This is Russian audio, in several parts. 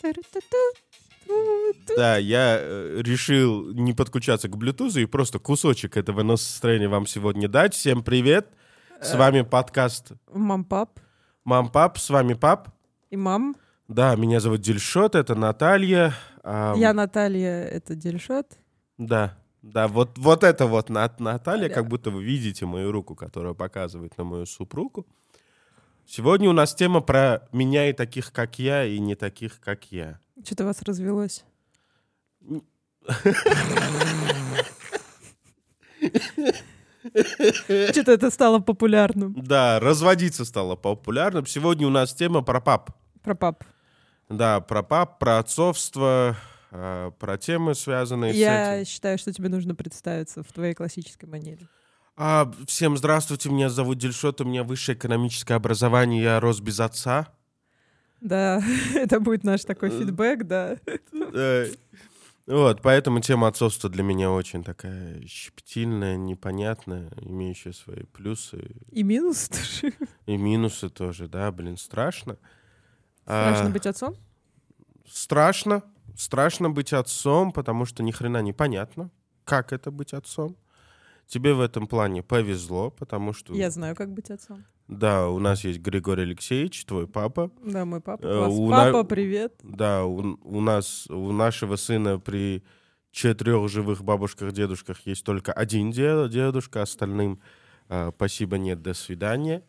Да, я решил не подключаться к Bluetooth и просто кусочек этого настроения вам сегодня дать. Всем привет! С вами подкаст Мам-пап. Мам-пап, с вами пап. И мам. Да, меня зовут Дильшот, это Наталья. Я Наталья, это Дильшот. Да, вот это вот Наталья, как будто вы видите мою руку, которая показывает на мою супругу. Сегодня у нас тема про меня и таких, как я, и не таких, как я. Что-то у вас развелось. Что-то это стало популярным. Да, разводиться стало популярным. Сегодня у нас тема про пап. Про пап. Да, про пап, про отцовство, про темы, связанные с этим. Я считаю, что тебе нужно представиться в твоей классической манере. Всем здравствуйте, меня зовут Дильшот, у меня высшее экономическое образование, я рос без отца. Да, это будет наш такой фидбэк, да. Вот, поэтому тема отцовства для меня очень такая щепетильная, непонятная, имеющая свои плюсы. И минусы тоже. И минусы тоже, да, страшно. Страшно быть отцом? Страшно быть отцом, потому что ни хрена непонятно, как это быть отцом. Тебе в этом плане повезло, потому что... Я знаю, как быть отцом. Да, у нас есть Григорий Алексеевич, твой папа. Да, мой папа. Папа, привет. Да, у нашего сына при 4 живых бабушках, дедушках есть только один дедушка, остальным спасибо, нет, до свидания.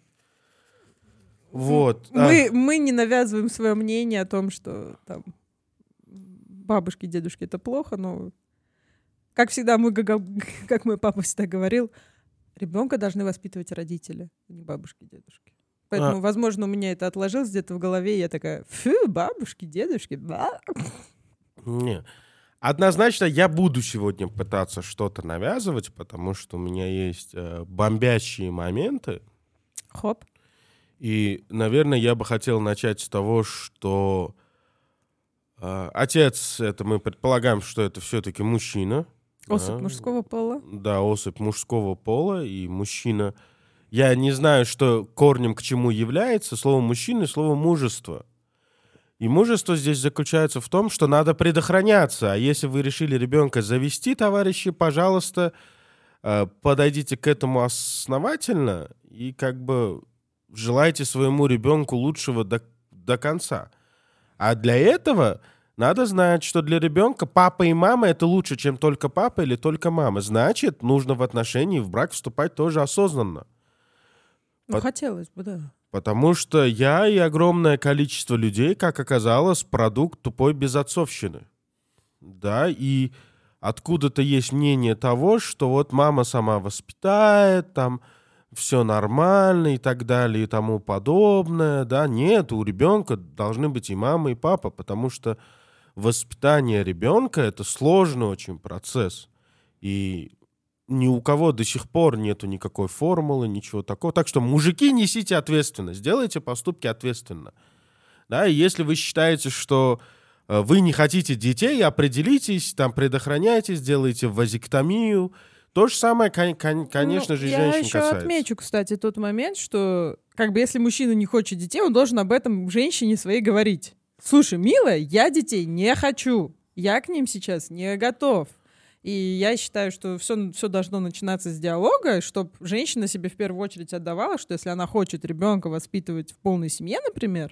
Вот. Мы не навязываем свое мнение о том, что там бабушки, дедушки — это плохо, но, как всегда, как мой папа всегда говорил, ребенка должны воспитывать родители, а не бабушки, дедушки. Поэтому, возможно, у меня это отложилось где-то в голове, и я такая, бабушки, дедушки, да. Не. Однозначно я буду сегодня пытаться что-то навязывать, потому что у меня есть бомбящие моменты. Хоп. И, наверное, я бы хотел начать с того, что отец, это мы предполагаем, что это все-таки мужчина. Особь мужского пола. Да, особь мужского пола, и мужчина... Я не знаю, что корнем к чему является слово «мужчина» и слово «мужество». И мужество здесь заключается в том, что надо предохраняться. А если вы решили ребенка завести, товарищи, пожалуйста, подойдите к этому основательно и как бы желайте своему ребенку лучшего до конца. А для этого надо знать, что для ребенка папа и мама — это лучше, чем только папа или только мама. Значит, нужно в отношения, в брак вступать тоже осознанно. Хотелось бы, да. Потому что я и огромное количество людей, как оказалось, продукт тупой безотцовщины. Да, и откуда-то есть мнение того, что вот мама сама воспитает, там все нормально и так далее и тому подобное. Да, нет, у ребенка должны быть и мама, и папа, потому что воспитание ребенка — это сложный очень процесс. И ни у кого до сих пор нету никакой формулы, ничего такого. Так что, мужики, несите ответственность, делайте поступки ответственно. Да, и если вы считаете, что вы не хотите детей, определитесь, там, предохраняйтесь, делайте вазэктомию. То же самое, конечно же, женщин касается. Я еще отмечу, кстати, тот момент, что как бы если мужчина не хочет детей, он должен об этом женщине своей говорить. Слушай, милая, я детей не хочу. Я к ним сейчас не готов. И я считаю, что все должно начинаться с диалога, чтобы женщина себе в первую очередь отдавала, что если она хочет ребенка воспитывать в полной семье, например,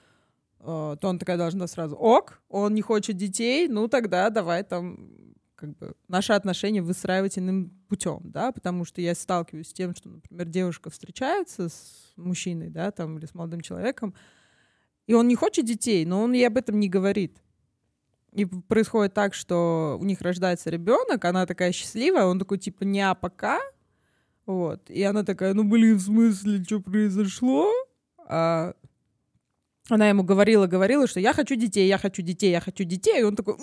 то она такая должна сразу: ок, он не хочет детей, ну тогда давай там как бы наши отношения выстраивать иным путем, да, потому что я сталкиваюсь с тем, что, например, девушка встречается с мужчиной, да, там, или с молодым человеком, и он не хочет детей, но он ей об этом не говорит. И происходит так, что у них рождается ребенок, она такая счастливая, он такой типа не пока, вот, и она такая: ну блин, в смысле, что произошло? А она ему говорила, что я хочу детей, и он такой...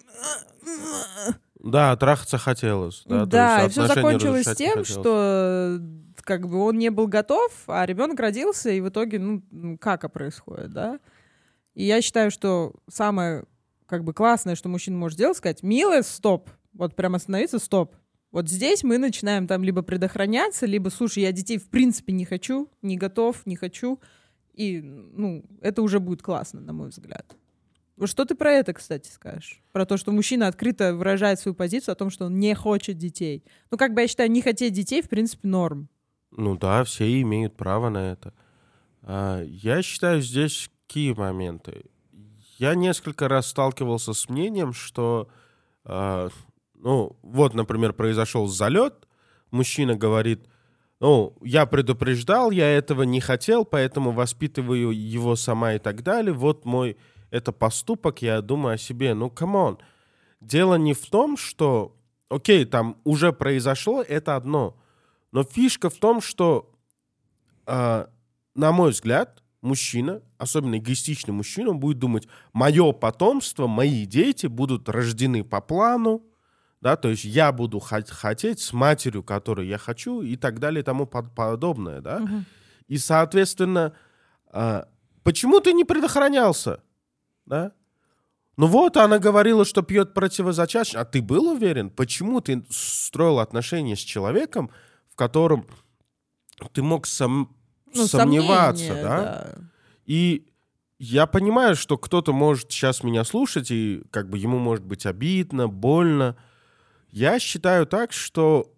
Да, трахаться хотелось. Да, и все закончилось тем, что как бы он не был готов, а ребенок родился, и в итоге, кака происходит, да. И я считаю, что самое как бы классное, что мужчина может сделать, сказать: милая, стоп, вот прям остановиться, стоп. Вот здесь мы начинаем там либо предохраняться, либо: слушай, я детей в принципе не хочу, не готов, не хочу. И, это уже будет классно, на мой взгляд. Вот что ты про это, кстати, скажешь? Про то, что мужчина открыто выражает свою позицию о том, что он не хочет детей. Ну, как бы я считаю, не хотеть детей, в принципе, норм. Ну да, все имеют право на это. Я считаю, здесь какие моменты. Я несколько раз сталкивался с мнением, что, ну, вот, например, произошел залет, мужчина говорит, ну, я предупреждал, я этого не хотел, поэтому воспитываю его сама и так далее. Вот мой, это поступок, я думаю о себе. Ну, камон. Дело не в том, что, окей, там уже произошло, это одно. Но фишка в том, что, на мой взгляд, мужчина, особенно эгоистичный мужчина, он будет думать, мое потомство, мои дети будут рождены по плану, да, то есть я буду хотеть с матерью, которую я хочу, и так далее, и тому подобное, да. Мгм. И, соответственно, почему ты не предохранялся, да? Ну вот, она говорила, что пьет противозачаточное, а ты был уверен? Почему ты строил отношения с человеком, в котором ты мог Ну, сомневаться, сомнения, да? И я понимаю, что кто-то может сейчас меня слушать, и как бы ему может быть обидно, больно. Я считаю так, что,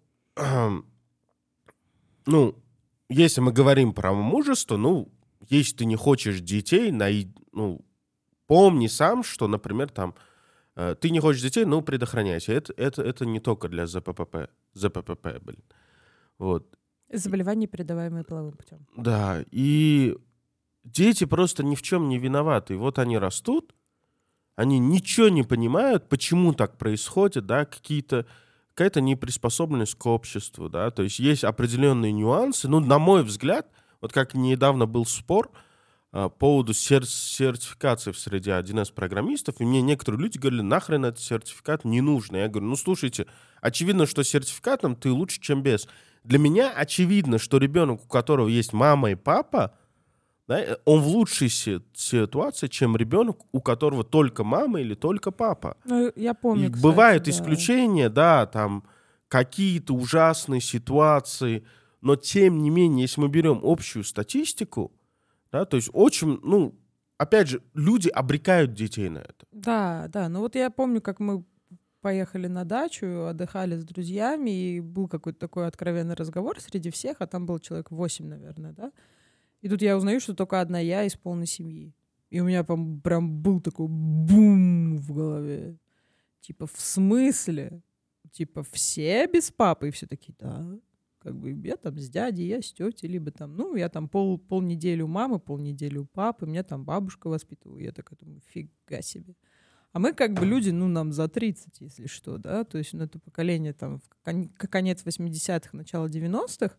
ну, если мы говорим про мужество, ну, если ты не хочешь детей, ну, помни сам, что, например, там, ты не хочешь детей, ну, предохраняйся. Это не только для ЗППП, блин. Вот. Заболевания, передаваемые половым путем. Да, и дети просто ни в чем не виноваты. И вот они растут, они ничего не понимают, почему так происходит, да, какая-то неприспособленность к обществу, да, то есть есть определенные нюансы. Ну, на мой взгляд, вот как недавно был спор по поводу сертификации в среде 1С-программистов, и мне некоторые люди говорили, нахрен этот сертификат не нужен. Я говорю, ну, слушайте, очевидно, что с сертификатом ты лучше, чем без. Для меня очевидно, что ребенок, у которого есть мама и папа, да, он в лучшей ситуации, чем ребенок, у которого только мама или только папа. Ну, я помню, И кстати, бывают да. исключения, да, там какие-то ужасные ситуации, но тем не менее, если мы берем общую статистику, да, то есть очень, ну, опять же, люди обрекают детей на это. Да, да. Ну вот я помню, как мы поехали на дачу, отдыхали с друзьями, и был какой-то такой откровенный разговор среди всех, а там было человек 8, наверное, да? И тут я узнаю, что только одна я из полной семьи. И у меня прям был такой бум в голове. Типа, в смысле? Типа, все без папы? И все такие, да. Как бы я там с дядей, я с тетей, либо там, ну, я там полнедели у мамы, полнедели у папы, меня там бабушка воспитывала. Я такая думаю, фига себе. А мы как бы люди, ну, нам за 30, если что, да, то есть, ну, это поколение там, конец 80-х, начало 90-х,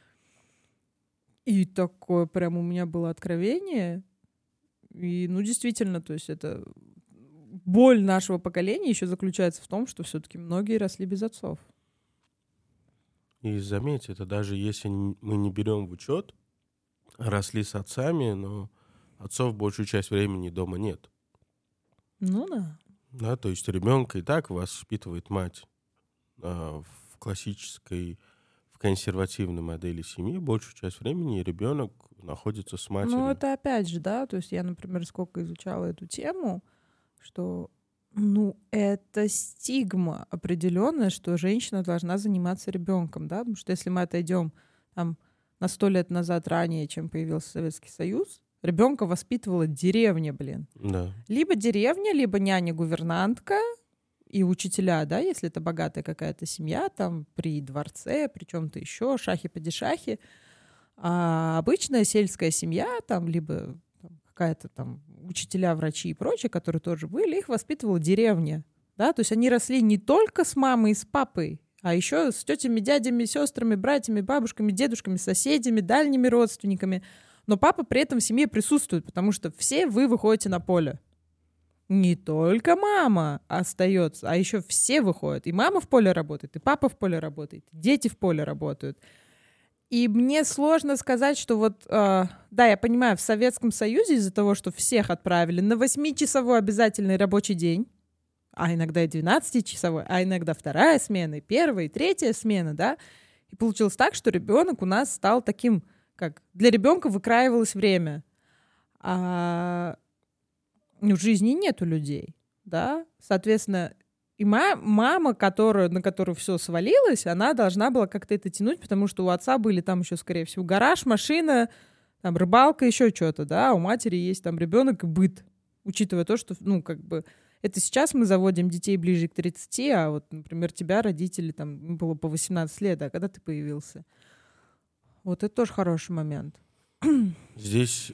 и такое прям у меня было откровение, и, ну, действительно, то есть это боль нашего поколения еще заключается в том, что все-таки многие росли без отцов. И заметь, это даже если мы не берем в учет, росли с отцами, но отцов большую часть времени дома нет. Ну да. Да, то есть ребенка и так воспитывает мать в классической, в консервативной модели семьи. Большую часть времени ребенок находится с матерью. Ну это опять же, да, то есть я, например, сколько изучала эту тему, что, ну, это стигма определенная, что женщина должна заниматься ребенком, да, потому что если мы отойдем там на 100 лет назад ранее, чем появился Советский Союз, ребенка воспитывала деревня, блин. Да. Либо деревня, либо няня-гувернантка и учителя, да, если это богатая какая-то семья, там при дворце, при чем-то еще, шахи-падишахи. А обычная сельская семья, там либо какая-то там учителя, врачи и прочее, которые тоже были, их воспитывала деревня, да, то есть они росли не только с мамой и с папой, а еще с тетями, дядями, сестрами, братьями, бабушками, дедушками, соседями, дальними родственниками. Но папа при этом в семье присутствует, потому что все вы выходите на поле. Не только мама остается, а еще все выходят. И мама в поле работает, и папа в поле работает, и дети в поле работают. И мне сложно сказать, что вот, да, я понимаю, в Советском Союзе из-за того, что всех отправили на 8-часовой обязательный рабочий день, а иногда и 12-часовой, а иногда 2-я смена, и 1-я, и 3-я смена, да, и получилось так, что ребенок у нас стал таким, как для ребенка выкраивалось время. в жизни нету людей, да, соответственно, и мама, на которую все свалилось, она должна была как-то это тянуть, потому что у отца были там еще, скорее всего, гараж, машина, там рыбалка, еще что-то, да, а у матери есть там ребенок и быт, учитывая то, что, это сейчас мы заводим детей ближе к 30, а вот, например, тебя родители, там, было по 18 лет, а когда ты появился? Вот это тоже хороший момент. Здесь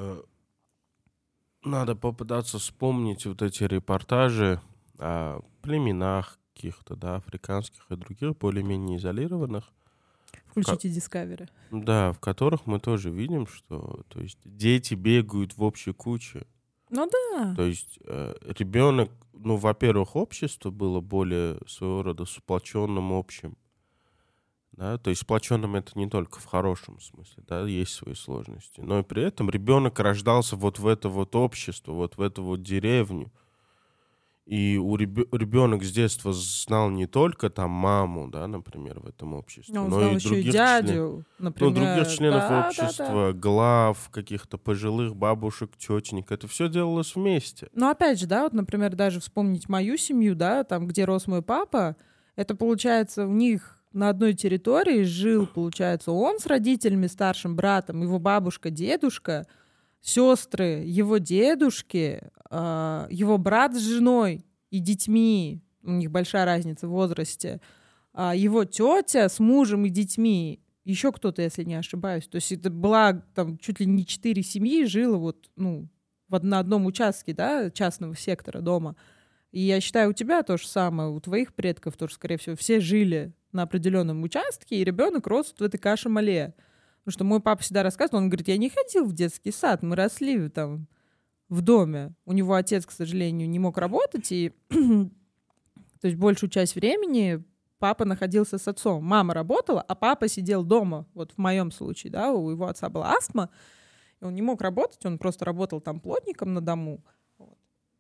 надо попытаться вспомнить вот эти репортажи о племенах каких-то, да, африканских и других, более-менее изолированных. Включите Discovery. Да, в которых мы тоже видим, что, то есть, дети бегают в общей куче. Ну да. То есть ребенок, во-первых, общество было более своего рода сплоченным общим. Да? То есть сплоченным это не только в хорошем смысле, да, есть свои сложности. Но и при этом ребенок рождался вот в это вот общество, вот в эту вот деревню. И ребенок с детства знал не только там маму, да, например, в этом обществе, Он но знал и еще других и дядю, например. других членов Да. общества, глав, каких-то пожилых бабушек, тетенек. Это все делалось вместе. Но опять же, да, вот, например, даже вспомнить мою семью, да, там, где рос мой папа, это, получается, у них на одной территории жил, получается, он с родителями, старшим братом, его бабушка, дедушка, сестры его дедушки, его брат с женой и детьми, у них большая разница в возрасте, его тетя с мужем и детьми, еще кто-то, если не ошибаюсь. То есть это была там чуть ли не 4 семьи, жило вот, на одном участке, да, частного сектора дома. И я считаю, у тебя то же самое, у твоих предков тоже, скорее всего, все жили на определенном участке, и ребенок рос в этой каше-мале. Потому что мой папа всегда рассказывал, он говорит, я не ходил в детский сад, мы росли там в доме. У него отец, к сожалению, не мог работать, и то есть большую часть времени папа находился с отцом. Мама работала, а папа сидел дома. Вот в моем случае, да, у его отца была астма, и он не мог работать, он просто работал там плотником на дому. Вот.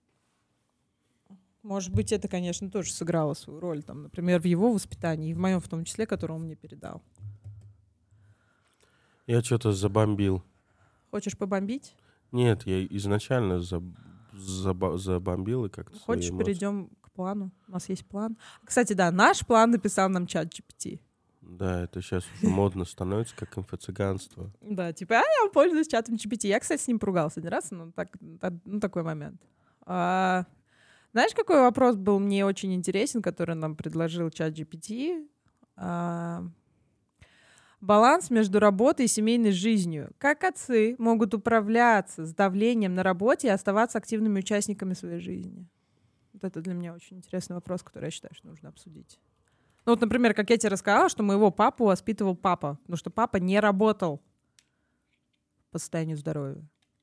Может быть, это, конечно, тоже сыграло свою роль, там, например, в его воспитании, и в моем в том числе, которое он мне передал. Я что-то забомбил. Хочешь побомбить? Нет, я изначально забомбил и как-то. Хочешь, перейдем к плану? У нас есть план. Кстати, да, наш план написал нам ChatGPT. Да, это сейчас уже модно становится, как инфо-цыганство. Да, типа, я пользуюсь чатом GPT. Я, кстати, с ним поругался один раз, такой момент. Знаешь, какой вопрос был мне очень интересен, который нам предложил ChatGPT? Баланс между работой и семейной жизнью. Как отцы могут управляться с давлением на работе и оставаться активными участниками своей жизни? Вот это для меня очень интересный вопрос, который я считаю, что нужно обсудить. Ну вот, например, как я тебе рассказала, что моего папу воспитывал папа, потому что папа не работал по состоянию здоровья.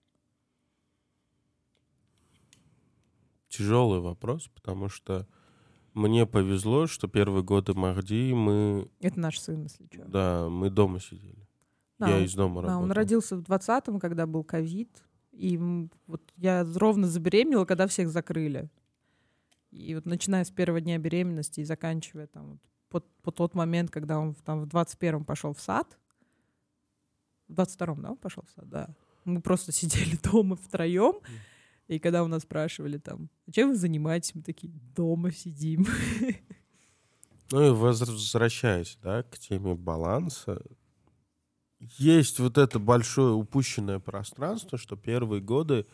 Тяжелый вопрос, потому что мне повезло, что первые годы Махди мы... Это наш сын, если что. Да, мы дома сидели. Да, я из дома работал. Он родился в 20-м, когда был ковид. И вот я ровно забеременела, когда всех закрыли. И вот начиная с первого дня беременности и заканчивая там по тот момент, когда он там в 21-м пошел в сад. В 22-м, да, он пошел в сад, да. Мы просто сидели дома втроем. И когда у нас спрашивали там, чем вы занимаетесь, мы такие, дома сидим. Ну и возвращаясь, да, к теме баланса, есть вот это большое упущенное пространство, что первые годы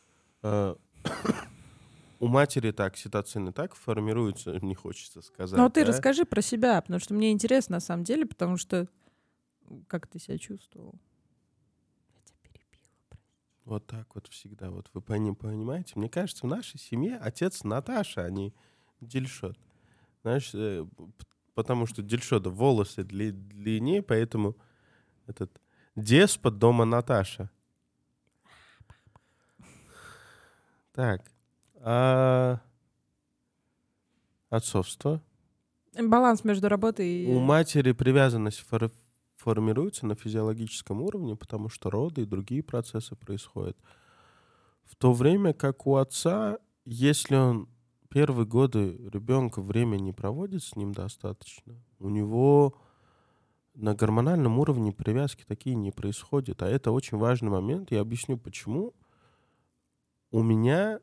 у матери так, окситоцин так формируется, не хочется сказать. Ну, ты расскажи про себя, потому что мне интересно на самом деле, потому что как ты себя чувствовал? Я тебя перебила. Вот так вот всегда. Вот вы понимаете? Мне кажется, в нашей семье отец Наташа, а не Дильшот. Знаешь, потому что Дильшота волосы длиннее, поэтому этот деспот дома Наташа. Так. Отцовство. Баланс между работой и... У матери привязанность формируется на физиологическом уровне, потому что роды и другие процессы происходят. В то время как у отца, если он первые годы ребенка время не проводит с ним достаточно, у него на гормональном уровне привязки такие не происходят. А это очень важный момент. Я объясню, почему. у меня,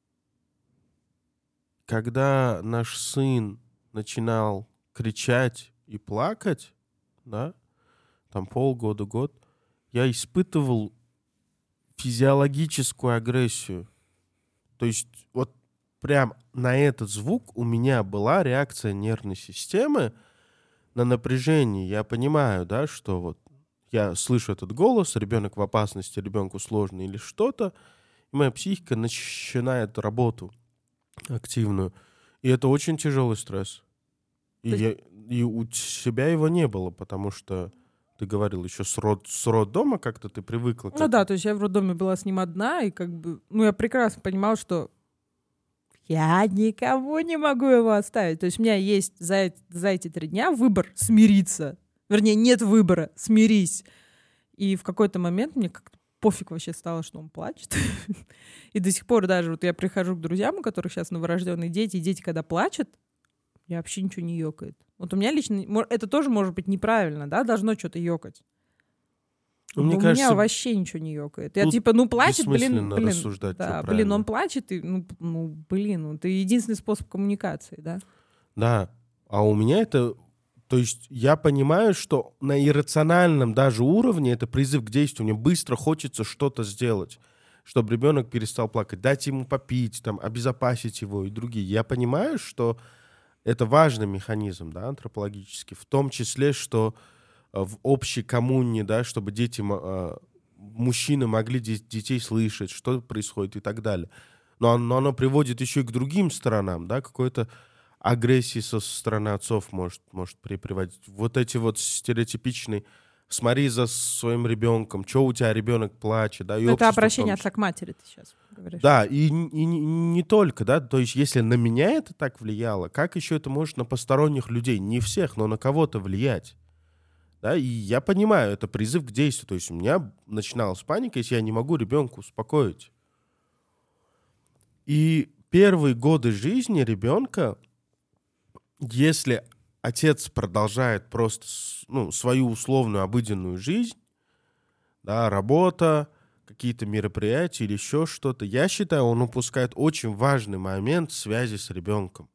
когда наш сын начинал кричать и плакать, да, там полгода, год, я испытывал физиологическую агрессию. То есть вот прям на этот звук у меня была реакция нервной системы на напряжение. Я понимаю, да, что вот я слышу этот голос, ребенок в опасности, ребенку сложно или что-то, и моя психика начинает работу активную. И это очень тяжелый стресс. И у тебя его не было, потому что ты говорил еще с роддома как-то ты привыкла к Ну да, то есть я в роддоме была с ним одна, и как бы, ну я прекрасно понимала, что я никого не могу его оставить. То есть у меня есть за эти 3 дня выбор смириться. Вернее, нет выбора, смирись. И в какой-то момент мне как-то пофиг вообще стало, что он плачет. И до сих пор даже вот я прихожу к друзьям, у которых сейчас новорожденные дети, и дети, когда плачут, я вообще ничего не ёкает. Вот у меня лично, это тоже может быть неправильно, да, должно что-то ёкать. Мне у кажется, меня вообще ничего не ёкает. Я тут типа, ну плачет, бессмысленно блин, рассуждать, да, что блин, правильно. он плачет, и, это единственный способ коммуникации, да. Да, а у меня это... То есть я понимаю, что на иррациональном даже уровне это призыв к действию. Мне быстро хочется что-то сделать, чтобы ребенок перестал плакать, дать ему попить, там, обезопасить его и другие. Я понимаю, что это важный механизм, да, антропологический, в том числе, что в общей коммуне, да, чтобы дети, мужчины могли детей слышать, что происходит и так далее. Но оно приводит еще и к другим сторонам, да, какой-то агрессии со стороны отцов может приводить. Вот эти вот стереотипичные «смотри за своим ребенком», «что у тебя ребенок плачет», да, и Это общество обращение отца к матери, ты сейчас говоришь. да, и не только, да, то есть если на меня это так влияло, как еще это может на посторонних людей, не всех, но на кого-то влиять, да, и я понимаю, это призыв к действию, то есть у меня начиналась паника, если я не могу ребенка успокоить. И первые годы жизни ребенка, если отец продолжает просто свою условную обыденную жизнь, да, работа, какие-то мероприятия или еще что-то, я считаю, он упускает очень важный момент связи с ребенком.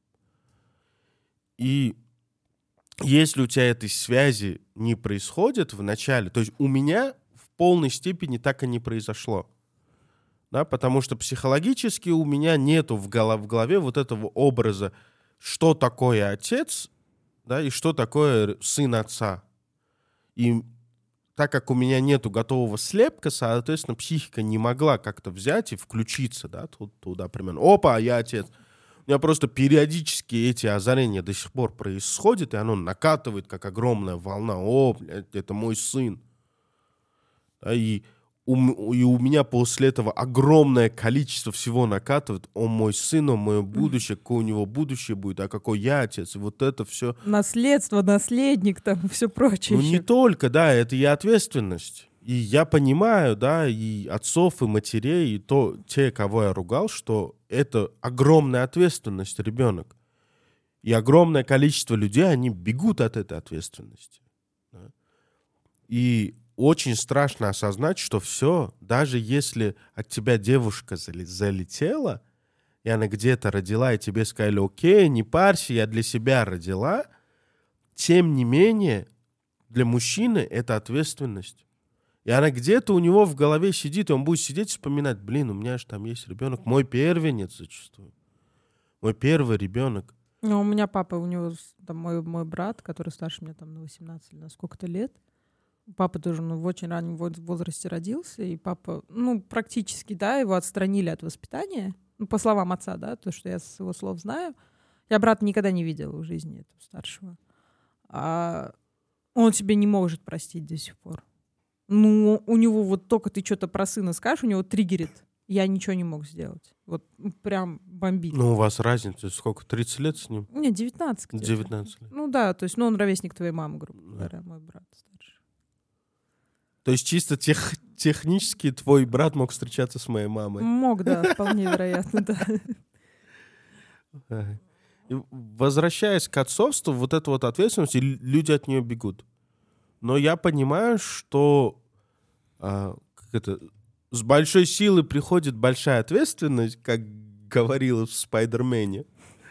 И если у тебя этой связи не происходит в начале, то есть у меня в полной степени так и не произошло. Да, потому что психологически у меня нету в голове вот этого образа, что такое отец, да, и что такое сын отца. И так как у меня нету готового слепка, соответственно, психика не могла как-то взять и включиться, да, туда примерно. Опа, я отец. У меня просто периодически эти озарения до сих пор происходят, и оно накатывает, как огромная волна. О, блядь, это мой сын. Да, и у меня после этого огромное количество всего накатывает. Он мой сын, он мое будущее, какое у него будущее будет, а какой я отец. И вот это все. Наследство, наследник, там, все прочее. Ну, не только, да, это и ответственность. И я понимаю, да, и отцов, и матерей, и те, кого я ругал, что это огромная ответственность ребенок. И огромное количество людей, они бегут от этой ответственности. Да. И очень страшно осознать, что все, даже если от тебя девушка залетела, и она где-то родила, и тебе сказали: окей, не парься, я для себя родила, тем не менее, для мужчины это ответственность. И она где-то у него в голове сидит, и он будет сидеть и вспоминать: блин, у меня же там есть ребенок, мой первенец зачастую, мой первый ребенок. Ну, у меня папа, у него там мой брат, который старше меня там на 18 или на сколько-то лет. Папа тоже в очень раннем возрасте родился, и папа, практически, да, его отстранили от воспитания. Ну, по словам отца, да, то, что я с его слов знаю. Я брата никогда не видела в жизни, этого старшего. А он себе не может простить до сих пор. Ну, у него вот только ты что-то про сына скажешь, у него триггерит. Я ничего не мог сделать. Вот прям бомбит. Ну, у вас разница сколько, 30 лет с ним? Не, 19 где-то. 19 лет. Ну да, то есть, он ровесник твоей мамы, грубо говоря, мой брат старший. То есть чисто технически твой брат мог встречаться с моей мамой? Мог, да, вполне вероятно, да. И возвращаясь к отцовству, вот эта вот ответственность, люди от нее бегут. Но я понимаю, что с большой силой приходит большая ответственность, как говорилось в Спайдермене.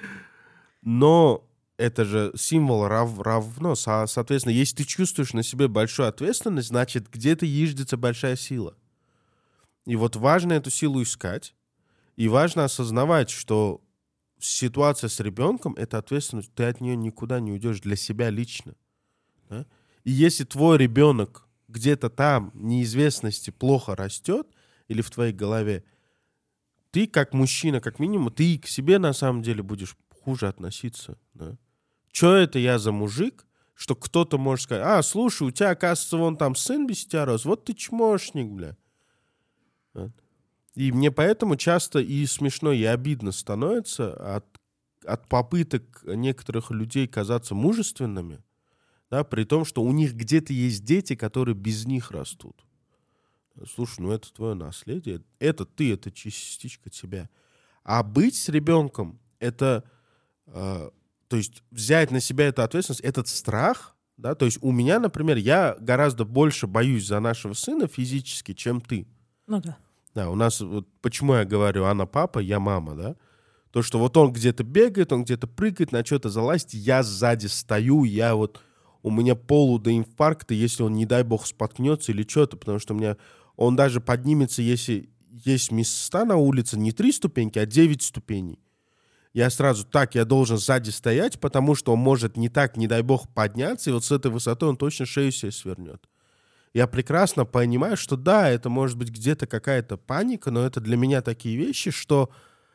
Но это же символ равно. Соответственно, если ты чувствуешь на себе большую ответственность, значит, где-то еждется большая сила. И вот важно эту силу искать. И важно осознавать, что ситуация с ребенком — это ответственность, ты от нее никуда не уйдешь для себя лично. Да? И если твой ребенок где-то там неизвестности плохо растет или в твоей голове, ты как мужчина, как минимум, ты к себе на самом деле будешь хуже относиться. Да? Че это я за мужик, что кто-то может сказать: слушай, у тебя, оказывается, вон там сын без тебя рос, вот ты чмошник, бля. Да? И мне поэтому часто и смешно, и обидно становится от попыток некоторых людей казаться мужественными, да, при том, что у них где-то есть дети, которые без них растут. Слушай, ну это твое наследие, это ты, это частичка тебя. А быть с ребенком, это, то есть взять на себя эту ответственность, этот страх, да, то есть у меня, например, я гораздо больше боюсь за нашего сына физически, чем ты. Ну да. Да, у нас, вот почему я говорю, она папа, я мама, да? То, что вот он где-то бегает, он где-то прыгает, на что-то залазит, я сзади стою, у меня полу до инфаркта, если он, не дай бог, споткнется или что-то, потому что он даже поднимется, если есть места на улице, не 3 ступеньки, а 9 ступеней. Я сразу я должен сзади стоять, потому что он может не так, не дай бог, подняться, и вот с этой высоты он точно шею себе свернет. Я прекрасно понимаю, что да, это может быть где-то какая-то паника, но это для меня такие вещи, что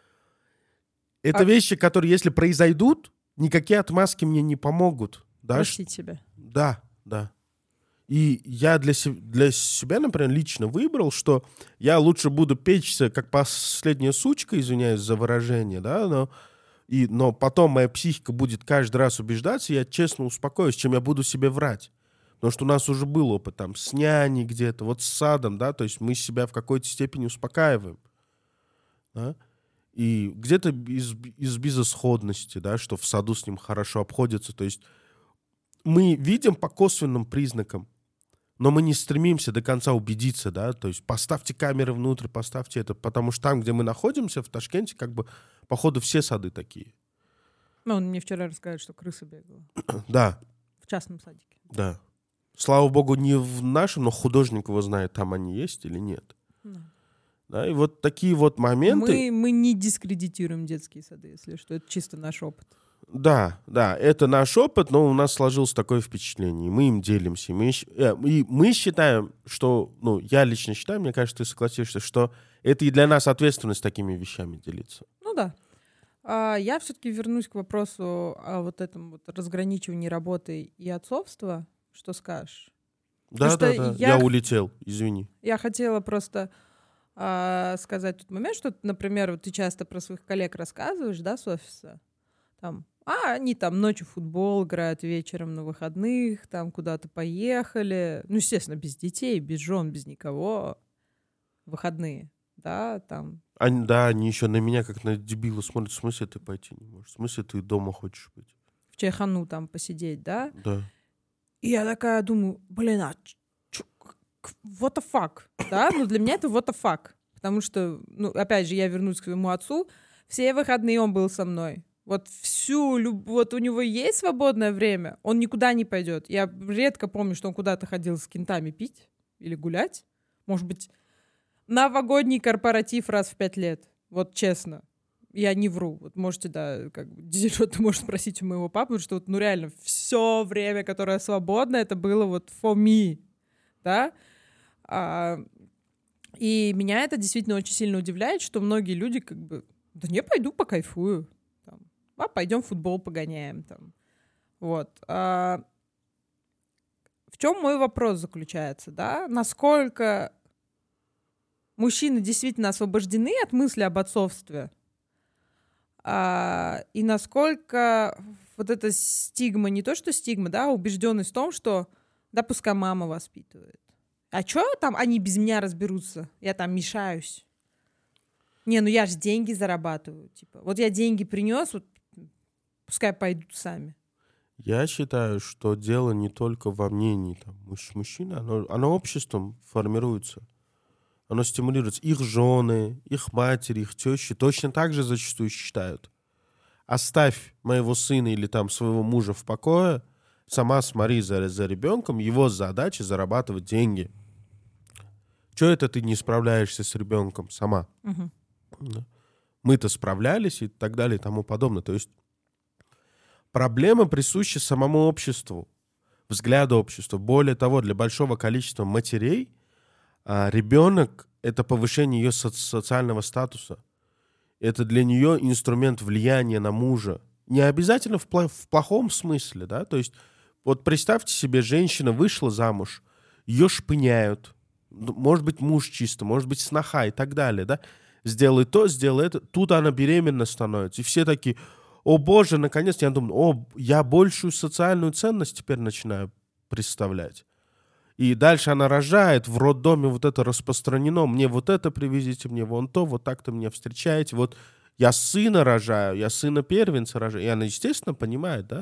это вещи, которые, если произойдут, никакие отмазки мне не помогут. Да? Простить себя. Да. И я для себя, например, лично выбрал, что я лучше буду печься, как последняя сучка, извиняюсь за выражение, да, но потом моя психика будет каждый раз убеждаться, и я честно успокоюсь, чем я буду себе врать. Потому что у нас уже был опыт там с няней где-то, вот с садом, да, то есть мы себя в какой-то степени успокаиваем. Да? И где-то из безысходности, да, что в саду с ним хорошо обходится. То есть мы видим по косвенным признакам, но мы не стремимся до конца убедиться, да, то есть поставьте камеры внутрь, поставьте это, потому что там, где мы находимся, в Ташкенте, как бы, походу, все сады такие. Ну, он мне вчера рассказал, что крыса бегала. Да. В частном садике. Да. Слава богу, не в нашем, но художник его знает, там они есть или нет. Да, и вот такие вот моменты... Мы не дискредитируем детские сады, если что. Это чисто наш опыт. Да, это наш опыт, но у нас сложилось такое впечатление. Мы им делимся. И мы считаем, что... я лично считаю, мне кажется, ты согласишься, что это и для нас ответственность такими вещами делиться. Ну да. Я все-таки вернусь к вопросу о вот этом вот разграничивании работы и отцовства. Что скажешь? Да. Я улетел, извини. Я хотела просто сказать тот момент, что, например, вот ты часто про своих коллег рассказываешь, да, с офиса. Там, они там ночью в футбол играют, вечером на выходных, там куда-то поехали. Ну, естественно, без детей, без жен, без никого. Выходные, да, там. Они еще на меня как на дебила смотрят. В смысле ты пойти не можешь? В смысле ты дома хочешь быть? В чайхану там посидеть, да? Да. И я такая думаю, what the fuck, да? Ну, для меня это what the fuck. Потому что, опять же, я вернусь к своему отцу. Все выходные он был со мной. Вот вот у него есть свободное время, он никуда не пойдет. Я редко помню, что он куда-то ходил с кентами пить или гулять. Может быть, новогодний корпоратив раз в 5 лет. Вот честно. Я не вру. Вот можете, да, как бы, ты можешь спросить у моего папы, что вот, реально все время, которое свободно, это было вот for me. Да? И меня это действительно очень сильно удивляет, что многие люди как бы, да не, пойду покайфую. Пойдем в футбол погоняем. Там. Вот. В чем мой вопрос заключается, да? Насколько мужчины действительно освобождены от мысли об отцовстве? И насколько вот эта стигма, не то что стигма, да, убежденность в том, что да, пускай мама воспитывает. А что там они без меня разберутся? Я там мешаюсь. Я же деньги зарабатываю. Типа. Вот я деньги принес, вот пускай пойдут сами. Я считаю, что дело не только во мнении мужчины, оно обществом формируется. оно стимулируется. Их жены, их матери, их тещи точно так же зачастую считают. Оставь моего сына или там своего мужа в покое, сама смотри за ребенком, его задача зарабатывать деньги. Чего это ты не справляешься с ребенком сама? Мгм. Да. Мы-то справлялись и так далее и тому подобное. То есть проблема присуща самому обществу, взгляду общества. Более того, для большого количества матерей ребенок — это повышение ее социального статуса. Это для нее инструмент влияния на мужа. Не обязательно в плохом смысле, да? То есть вот представьте себе, женщина вышла замуж, ее шпыняют. Может быть, муж чисто, может быть, сноха и так далее, да? Сделай то, сделай это. Тут она беременна становится. И все такие: о боже, наконец. Я думаю: я большую социальную ценность теперь начинаю представлять. И дальше она рожает, в роддоме вот это распространено. Мне вот это привезите, мне вон то, вот так-то меня встречаете. Вот я сына рожаю, я сына первенца рожаю. И она, естественно, понимает, да?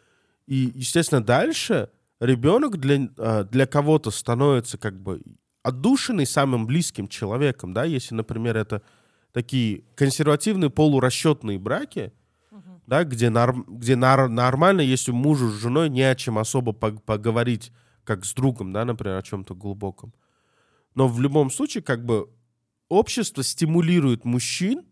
И, естественно, дальше ребенок для кого-то становится как бы отдушиной самым близким человеком, да? Если, например, это такие консервативные полурасчетные браки, да, где нормально, если мужу с женой не о чем особо поговорить, как с другом, да, например, о чем-то глубоком. Но в любом случае, как бы, общество стимулирует мужчин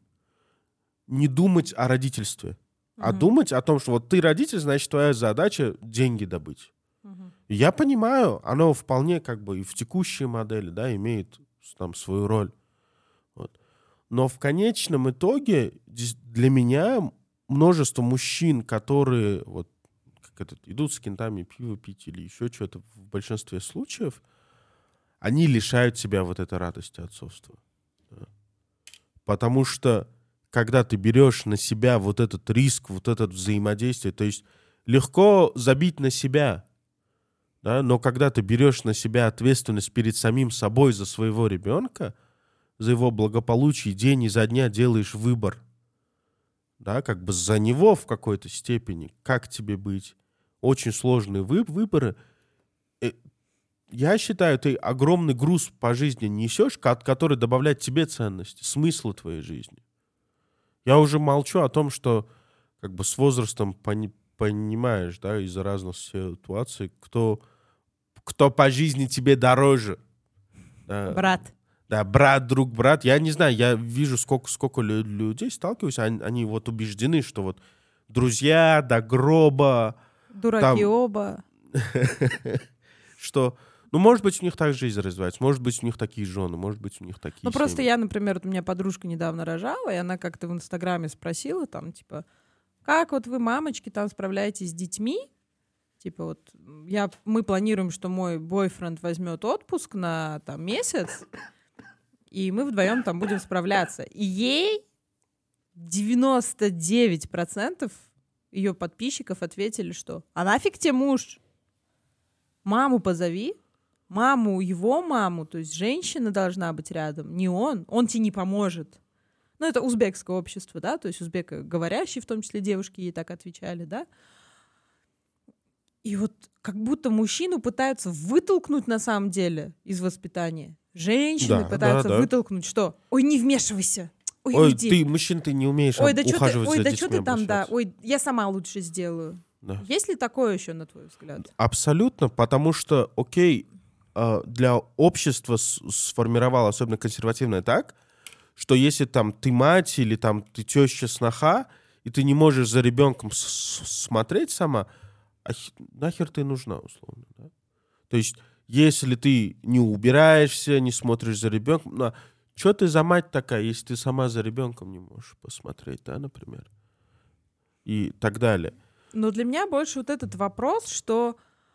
не думать о родительстве, а думать о том, что вот ты родитель, значит, твоя задача деньги добыть. И я понимаю, оно вполне как бы и в текущей модели, да, имеет там свою роль. Вот. Но в конечном итоге для меня множество мужчин, которые вот идут с кентами пиво пить или еще что-то, в большинстве случаев, они лишают себя вот этой радости отцовства. Да. Потому что, когда ты берешь на себя вот этот риск, вот это взаимодействие, то есть легко забить на себя, да, но когда ты берешь на себя ответственность перед самим собой за своего ребенка, за его благополучие, день изо дня делаешь выбор, да, как бы за него в какой-то степени, как тебе быть. Очень сложные выборы. Я считаю, ты огромный груз по жизни несешь, который добавляет тебе ценности, смысла твоей жизни. Я уже молчу о том, что как бы с возрастом понимаешь, да, из-за разных ситуаций, кто по жизни тебе дороже. Да, Брат. Да, брат, друг, брат. Я не знаю, я вижу, сколько людей сталкиваюсь, они вот убеждены, что вот друзья до гроба. Дураки оба. Что, ну, может быть, у них так жизнь развивается, может быть, у них такие жены, может быть, у них такие Ну, просто семьи. я, например, вот у меня подружка недавно рожала, и она как-то в Инстаграме спросила, там, типа, как вот вы, мамочки, там справляетесь с детьми? Типа, вот мы планируем, что мой бойфренд возьмет отпуск на там месяц, и мы вдвоем там будем справляться. И ей 99% ее подписчиков ответили, что «А нафиг тебе муж? Маму позови, его маму, то есть женщина должна быть рядом, не он тебе не поможет». Ну, это узбекское общество, да, то есть узбекоговорящие, в том числе девушки ей так отвечали, да. И вот как будто мужчину пытаются вытолкнуть на самом деле из воспитания. Женщины пытаются вытолкнуть, что «Ой, не вмешивайся! Ой, уйди. Ты, мужчина, ты не умеешь ухаживать за детьми, что ты там, да, ой, я сама лучше сделаю». Да. Есть ли такое еще, на твой взгляд? Абсолютно, потому что, для общества сформировало, особенно консервативное, так, что если там ты мать или там ты теща, сноха, и ты не можешь за ребенком смотреть сама, нахер ты нужна, условно, да? То есть, если ты не убираешься, не смотришь за ребенком, что ты за мать такая, если ты сама за ребенком не можешь посмотреть, да, например? И так далее. Но для меня больше вот этот вопрос, что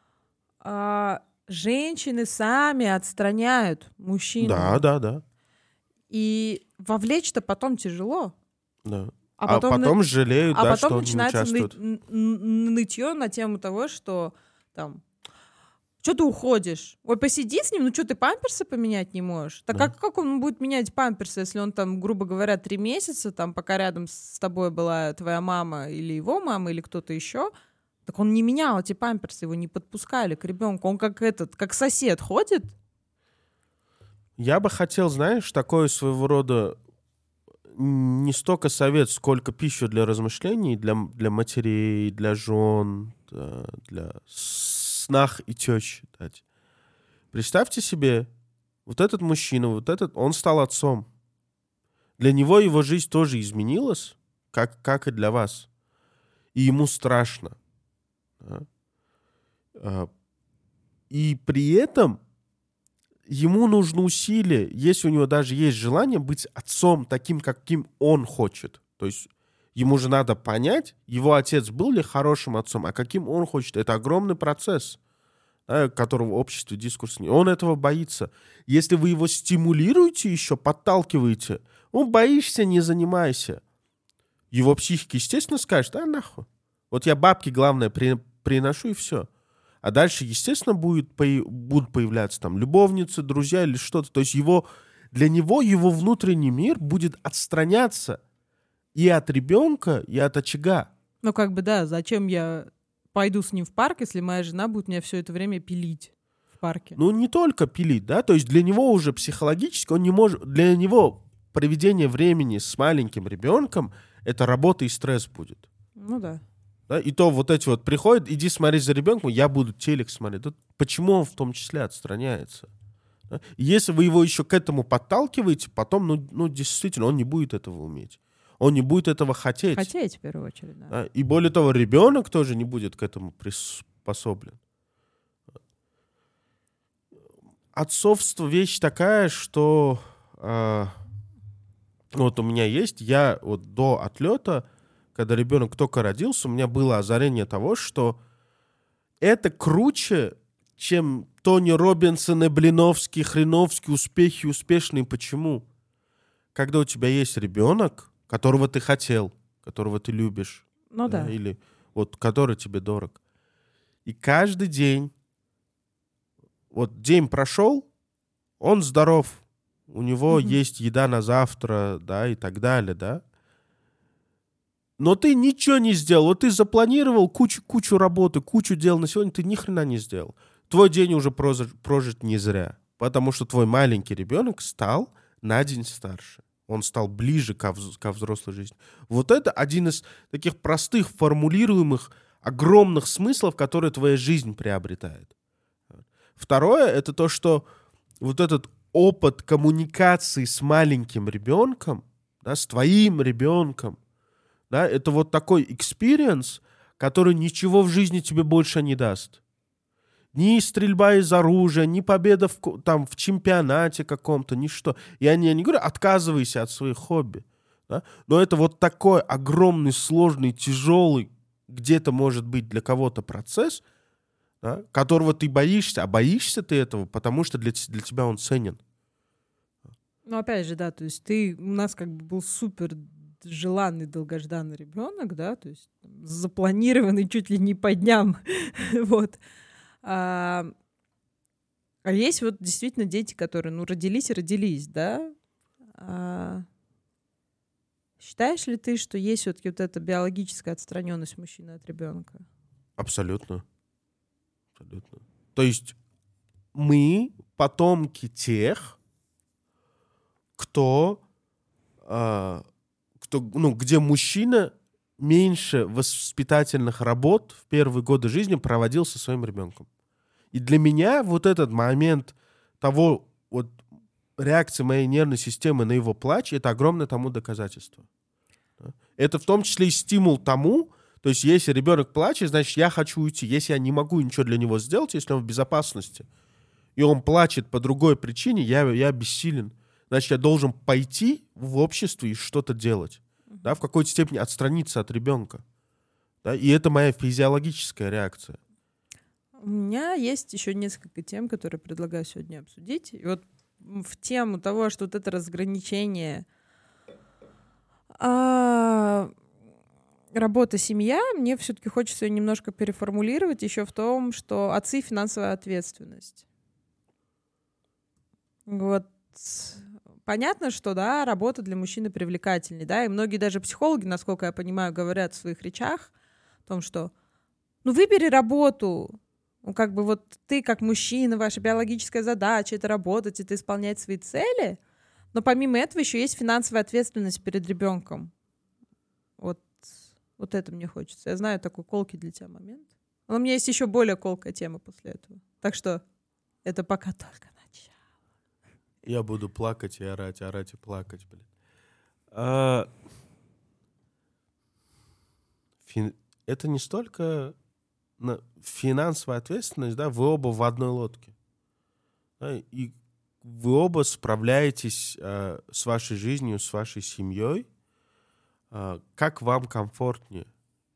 женщины сами отстраняют мужчину. Да. И вовлечь-то потом тяжело. Да. А потом жалеют, да, что потом они не участвуют. нытье на тему того, что там, что ты уходишь? Ой, посиди с ним, что ты памперсы поменять не можешь? Так Да. как он будет менять памперсы, если он там, грубо говоря, 3 месяца, там, пока рядом с тобой была твоя мама или его мама, или кто-то еще, так он не менял эти памперсы, его не подпускали к ребенку. Он как сосед ходит. Я бы хотел, знаешь, такое своего рода не столько совет, сколько пищу для размышлений, для матерей, для жен, для снах и тещ дать. Представьте себе, вот этот мужчина, он стал отцом. Для него его жизнь тоже изменилась, как и для вас. И ему страшно. Да? И при этом ему нужно усилие, если у него даже есть желание быть отцом таким, каким он хочет. То есть ему же надо понять, его отец был ли хорошим отцом, а каким он хочет. Это огромный процесс, да, которого в обществе дискурс нет. Он этого боится. Если вы его стимулируете еще, подталкиваете, он боишься, не занимайся. Его психика, естественно, скажет, а нахуй. Вот я бабки, главное, приношу и все. А дальше, естественно, будут появляться там любовницы, друзья или что-то. То есть для него его внутренний мир будет отстраняться и от ребенка, и от очага. Ну, как бы, да, зачем я пойду с ним в парк, если моя жена будет меня все это время пилить в парке? Ну, не только пилить, да, то есть для него уже психологически он не может... Для него проведение времени с маленьким ребенком — это работа и стресс будет. Ну, да. Да, и то вот эти вот приходят, иди смотри за ребенком, я буду телек смотреть. Тут почему он в том числе отстраняется? Да? И если вы его еще к этому подталкиваете, потом, ну, действительно, он не будет этого уметь. Он не будет этого хотеть. Хотеть, в первую очередь, да. Да? И более того, ребенок тоже не будет к этому приспособлен. Отцовство — вещь такая, что вот у меня есть, я вот до отлета, когда ребенок только родился, у меня было озарение того, что это круче, чем Тони Робинсон, Блиновский, Хреновский, успехи успешные. Почему? Когда у тебя есть ребенок, которого ты хотел, которого ты любишь, Ну да. или вот который тебе дорог. И каждый день, вот день прошел, он здоров, у него есть еда на завтра, да, и так далее, да. Но ты ничего не сделал. Вот ты запланировал кучу работы, кучу дел на сегодня, ты ни хрена не сделал. Твой день уже прожит не зря. Потому что твой маленький ребенок стал на день старше. Он стал ближе ко взрослой жизни. Вот это один из таких простых, формулируемых, огромных смыслов, которые твоя жизнь приобретает. Второе — это то, что вот этот опыт коммуникации с маленьким ребенком, да, с твоим ребенком, да, это вот такой experience, который ничего в жизни тебе больше не даст. Ни стрельба из оружия, ни победа в чемпионате каком-то, ничто. Я не говорю, отказывайся от своих хобби. Да? Но это вот такой огромный, сложный, тяжелый, где-то может быть для кого-то процесс, да, которого ты боишься. А боишься ты этого, потому что для тебя он ценен. Ну, опять же, да, то есть у нас как бы был супер желанный, долгожданный ребенок, да, то есть запланированный чуть ли не по дням, вот. А есть вот действительно дети, которые, ну, родились и родились, да. Считаешь ли ты, что есть все-таки вот эта биологическая отстраненность мужчины от ребенка? Абсолютно. Абсолютно. То есть мы потомки тех, где мужчина меньше воспитательных работ в первые годы жизни проводил со своим ребенком. И для меня вот этот момент того, вот реакции моей нервной системы на его плач, это огромное тому доказательство. Это в том числе и стимул тому, то есть если ребенок плачет, значит, я хочу уйти. Если я не могу ничего для него сделать, если он в безопасности, и он плачет по другой причине, я бессилен. Значит, я должен пойти в общество и что-то делать. Да, в какой-то степени отстраниться от ребенка. Да, и это моя физиологическая реакция. У меня есть еще несколько тем, которые предлагаю сегодня обсудить. И вот в тему того, что вот это разграничение работа-семья, мне все-таки хочется ее немножко переформулировать еще в том, что отцы — финансовая ответственность. Вот. Понятно, что, да, работа для мужчины привлекательнее, да, и многие даже психологи, насколько я понимаю, говорят в своих речах о том, что, ну, выбери работу, Ну, как бы вот ты как мужчина, ваша биологическая задача — это работать, это исполнять свои цели. Но помимо этого еще есть финансовая ответственность перед ребенком. Вот это мне хочется. Я знаю такой колкий для тебя момент. Но у меня есть еще более колкая тема после этого. Так что это пока только начало. Я буду плакать и орать и плакать, блин. Это не столько финансовая ответственность, да, вы оба в одной лодке. Да, и вы оба справляетесь с вашей жизнью, с вашей семьей, как вам комфортнее.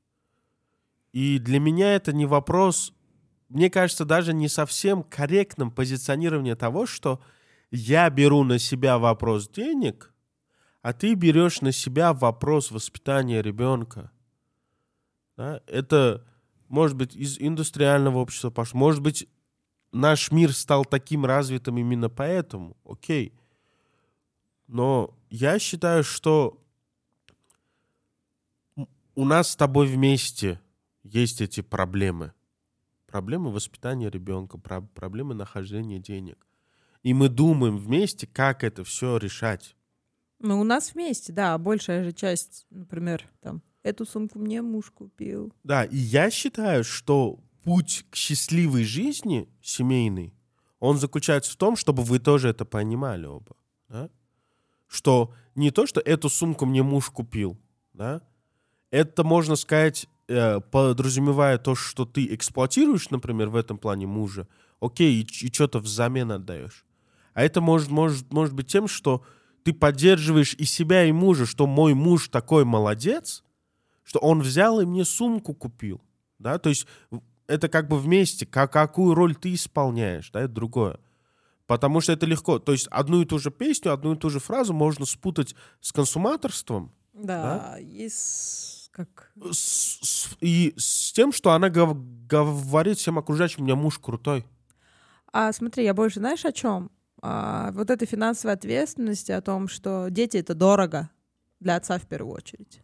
И для меня это не вопрос, мне кажется, даже не совсем корректным позиционирование того, что я беру на себя вопрос денег, а ты берешь на себя вопрос воспитания ребенка. Да? Это, может быть, из индустриального общества пошло. Может быть, наш мир стал таким развитым именно поэтому. Окей. Но я считаю, что у нас с тобой вместе есть эти проблемы. Проблемы воспитания ребенка, проблемы нахождения денег. И мы думаем вместе, как это все решать. Ну, у нас вместе, да. Большая же часть, например, там, эту сумку мне муж купил. Да, и я считаю, что путь к счастливой жизни семейной, он заключается в том, чтобы вы тоже это понимали оба. Да? Что не то, что эту сумку мне муж купил, да? Это, можно сказать, подразумевая то, что ты эксплуатируешь, например, в этом плане мужа, окей, и что-то взамен отдаешь. А это может быть тем, что ты поддерживаешь и себя, и мужа, что мой муж такой молодец, что он взял и мне сумку купил. Да? То есть это как бы вместе, какую роль ты исполняешь, да, это другое. Потому что это легко. То есть одну и ту же песню, одну и ту же фразу можно спутать с консуматорством. Да, есть как... И с тем, что она говорит всем окружающим, у меня муж крутой. Смотри, я больше знаешь о чем? Вот этой финансовой ответственности, о том, что дети — это дорого для отца в первую очередь.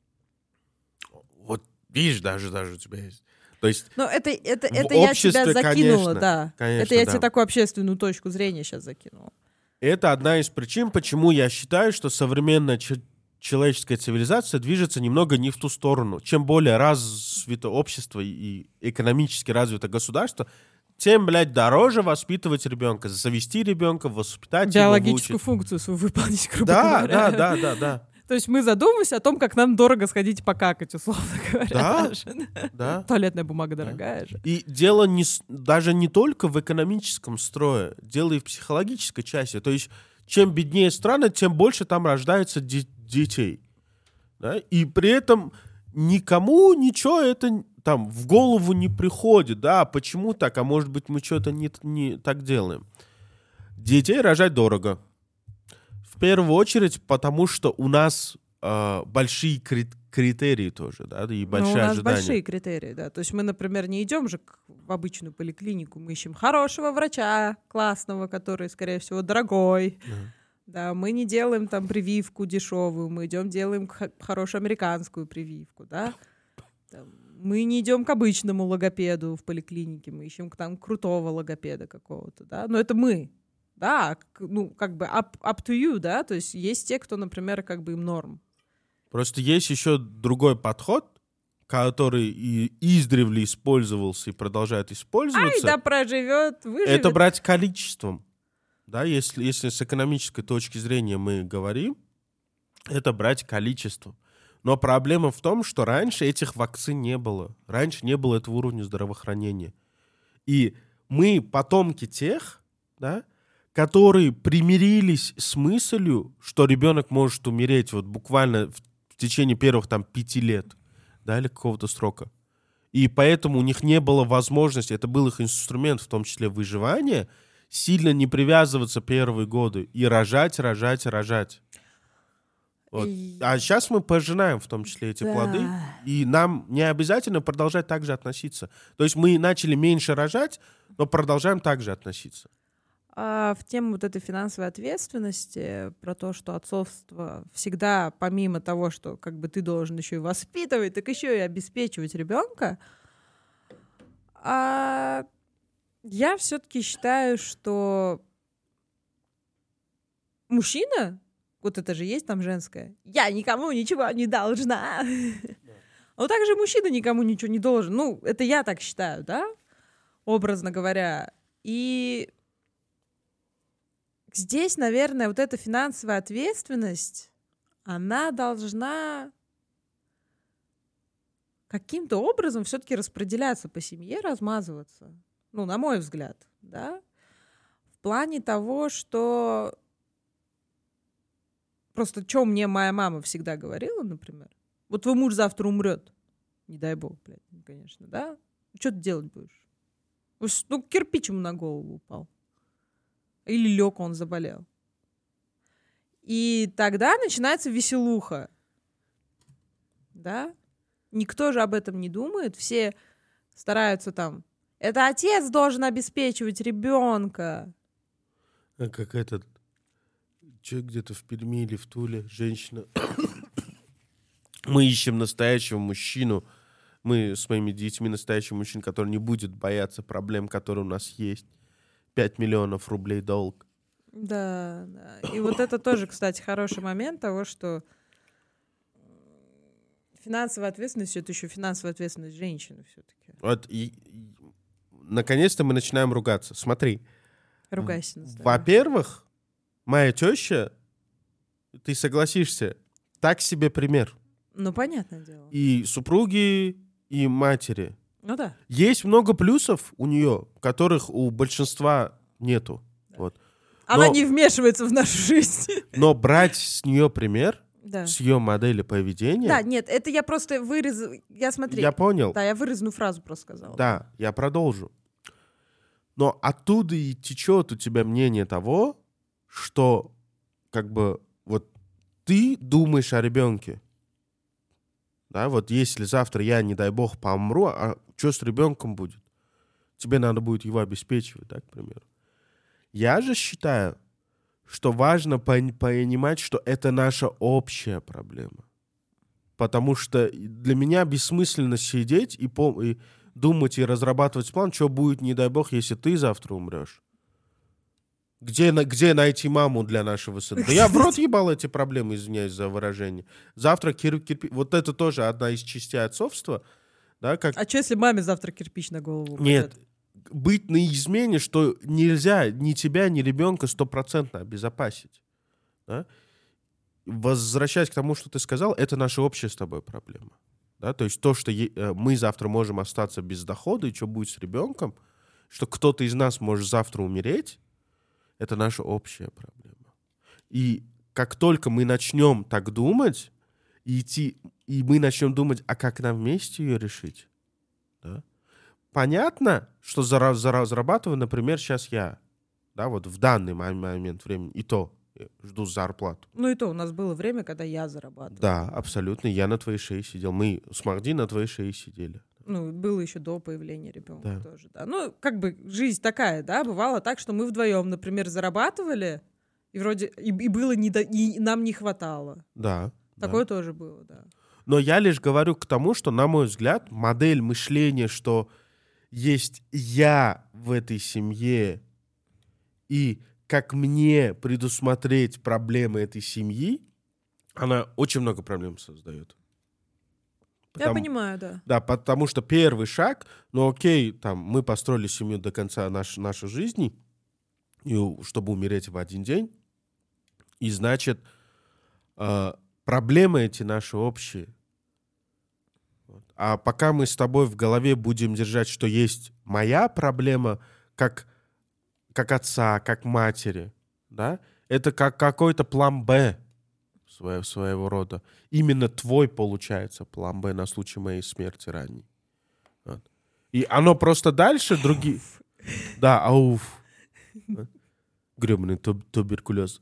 Вот видишь, даже у тебя есть. То есть ну, это я тебя закинула, конечно, да. Конечно, это я да. тебе такую общественную точку зрения сейчас закинула. Это одна из причин, почему я считаю, что современная человеческая цивилизация движется немного не в ту сторону. Чем более развито общество и экономически развито государство, тем, дороже воспитывать ребенка, завести ребенка, воспитать его, выучить. Биологическую функцию свою выполнить, грубо говоря. Да. То есть мы задумываемся о том, как нам дорого сходить покакать, условно говоря. Да. Туалетная бумага дорогая же. И дело даже не только в экономическом строе, дело и в психологической части. То есть чем беднее страны, тем больше там рождается детей. Да? И при этом никому ничего это там в голову не приходит. Да, почему так? А может быть, мы что-то не так делаем. Детей рожать дорого. В первую очередь, потому что у нас большие критерии тоже, да, и большие ожидания. У нас большие критерии, да. То есть мы, например, не идем же в обычную поликлинику, мы ищем хорошего врача, классного, который, скорее всего, дорогой. Да, мы не делаем там прививку дешевую, мы идем делаем хорошую американскую прививку, да. Мы не идем к обычному логопеду в поликлинике, мы ищем там крутого логопеда какого-то, да. Но это мы. Да, ну, как бы up to you, да, то есть есть те, кто, например, как бы им норм. Просто есть еще другой подход, который и издревле использовался и продолжает использоваться. Ай, да проживет, выживет. Это брать количеством. Да, если с экономической точки зрения мы говорим, это брать количеством. Но проблема в том, что раньше этих вакцин не было. Раньше не было этого уровня здравоохранения. И мы потомки тех, да, которые примирились с мыслью, что ребенок может умереть вот буквально в течение первых 5 лет, да, или какого-то срока. И поэтому у них не было возможности, это был их инструмент, в том числе выживания, сильно не привязываться первые годы и рожать. Вот. А сейчас мы пожинаем в том числе эти плоды, и нам не обязательно продолжать так же относиться. То есть мы начали меньше рожать, но продолжаем так же относиться. В тему вот этой финансовой ответственности, про то, что отцовство всегда, помимо того, что как бы ты должен еще и воспитывать, так еще и обеспечивать ребенка, Я все-таки считаю, что мужчина, вот это же есть там женское, я никому ничего не должна. Вот так же мужчина никому ничего не должен. Ну, это я так считаю, да? Образно говоря. И здесь, наверное, вот эта финансовая ответственность, она должна каким-то образом все-таки распределяться по семье, размазываться. Ну, на мой взгляд, да? В плане того, что просто что мне моя мама всегда говорила, например, вот твой муж завтра умрет, не дай бог, блядь, конечно, да? Что ты делать будешь? Ну, кирпич ему на голову упал. Или лег, он заболел. И тогда начинается веселуха. Да? Никто же об этом не думает. Все стараются там... Это отец должен обеспечивать ребенка. Как этот человек где-то в Перми или в Туле, женщина. Мы ищем настоящего мужчину. Мы с моими детьми настоящий мужчина, который не будет бояться проблем, которые у нас есть. 5 миллионов рублей долг. Да, да. И вот это тоже, кстати, хороший момент того, что финансовая ответственность — это еще финансовая ответственность женщины все-таки. Вот наконец-то мы начинаем ругаться. Смотри. Ругайся. Во-первых, моя теща, ты согласишься, так себе пример. Ну, понятное дело. И супруги, и матери. Ну да. Есть много плюсов у нее, которых у большинства нету. Да. Вот. Она не вмешивается в нашу жизнь. Но брать с нее пример, да. с ее модели поведения... Да, нет, это я просто вырезал... Я понял. Да, я вырезанную фразу просто сказала. Да, я продолжу. Но оттуда и течет у тебя мнение того, что как бы вот ты думаешь о ребенке. Да, вот если завтра я, не дай бог, помру, а что с ребенком будет? Тебе надо будет его обеспечивать, да, к примеру. Я же считаю, что важно понимать, что это наша общая проблема. Потому что для меня бессмысленно сидеть и думать и разрабатывать план, что будет, не дай бог, если ты завтра умрешь. Где найти маму для нашего сына? Да я в рот ебал эти проблемы, извиняюсь за выражение. Завтра кирпич... Вот это тоже одна из частей отцовства. Да, как... А что, если маме завтра кирпич на голову упадет? Нет, быть на измене, что нельзя ни тебя, ни ребенка 100% обезопасить. Да? Возвращаясь к тому, что ты сказал, это наша общая с тобой проблема. Да? То есть то, что мы завтра можем остаться без дохода, и что будет с ребенком, что кто-то из нас может завтра умереть, это наша общая проблема. И как только мы начнем так думать, и мы начнем думать, а как нам вместе ее решить, да? Понятно, что зарабатываю, например, сейчас я, да, вот в данный момент времени, и то жду зарплату. Ну и то, у нас было время, когда я зарабатывала. Да, абсолютно, я на твоей шее сидел. Мы с Махди на твоей шее сидели. Ну, было еще до появления ребенка тоже, да. Ну, как бы жизнь такая, да, бывало так, что мы вдвоем, например, зарабатывали, и вроде и было и нам не хватало. Да. Такое тоже было, да. Но я лишь говорю к тому, что, на мой взгляд, модель мышления, что есть я в этой семье, и как мне предусмотреть проблемы этой семьи, она очень много проблем создает. Я понимаю, да. Да, потому что первый шаг, ну окей, там, мы построили семью до конца нашей жизни, и, чтобы умереть в один день, и значит, проблемы эти наши общие. А пока мы с тобой в голове будем держать, что есть моя проблема, как отца, как матери, да, это как какой-то план «Б» своего рода. Именно твой, получается, план «Б» на случай моей смерти ранней. Вот. И оно просто дальше другие... Да, ауф. Гребаный туберкулез.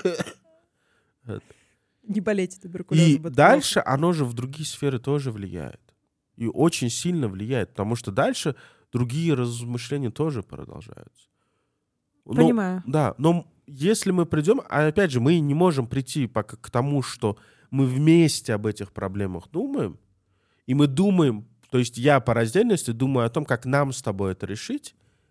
Не болейте туберкулезом. И дальше оно же в другие сферы тоже влияет. И очень сильно влияет, потому что дальше другие размышления тоже продолжаются. Понимаю. Да, но если мы придем, а опять же, мы не можем прийти пока к тому, что мы вместе об этих проблемах думаем, и мы думаем, то есть я по раздельности думаю о том, как нам с тобой это решить,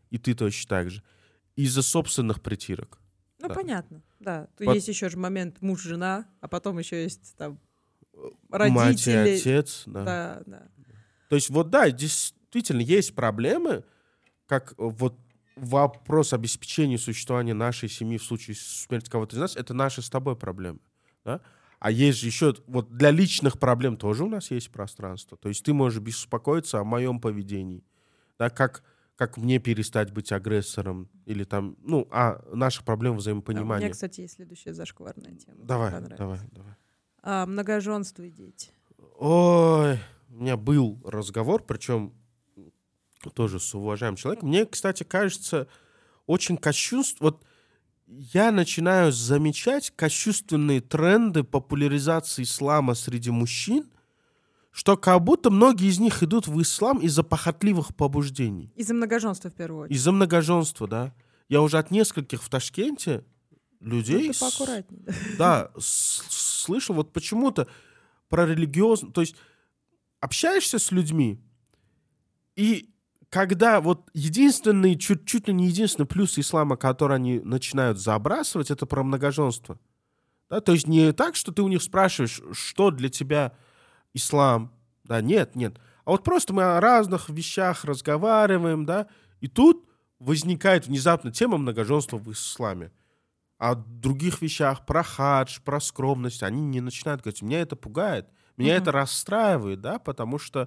и ты точно так же, из-за собственных притирок. Ну, Да. понятно, да. Тут есть еще же момент муж-жена, а потом еще есть там родители. Мать и отец, да. Да, да. То есть вот да, действительно есть проблемы, как вот вопрос обеспечения существования нашей семьи в случае смерти кого-то из нас, это наши с тобой проблемы, да? А есть же еще, вот для личных проблем тоже у нас есть пространство. То есть ты можешь беспокоиться о моем поведении, да, как мне перестать быть агрессором, или там, ну, о наших проблемах У взаимопонимания. меня, кстати, есть следующая зашкварная тема. Давай. Многоженство и дети. Ой, у меня был разговор, причем тоже с уважаемым человеком. Мне, кстати, кажется, очень кощунственно. Вот я начинаю замечать кощунственные тренды популяризации ислама среди мужчин, что как будто многие из них идут в ислам из-за похотливых побуждений. Из-за многоженства, в первую очередь. Из-за многоженства, да. Я уже от нескольких в Ташкенте людей... Ну, ты поаккуратнее. Да, слышал вот почему-то про религиозность. То есть общаешься с людьми, и когда вот единственный, чуть ли не единственный плюс ислама, который они начинают забрасывать, это про многоженство. Да? То есть не так, что ты у них спрашиваешь, что для тебя ислам. Да, нет. А вот просто мы о разных вещах разговариваем, да, и тут возникает внезапно тема многоженства в исламе. А о других вещах, про хадж, про скромность, они не начинают говорить. Меня это пугает, меня это расстраивает, да, потому что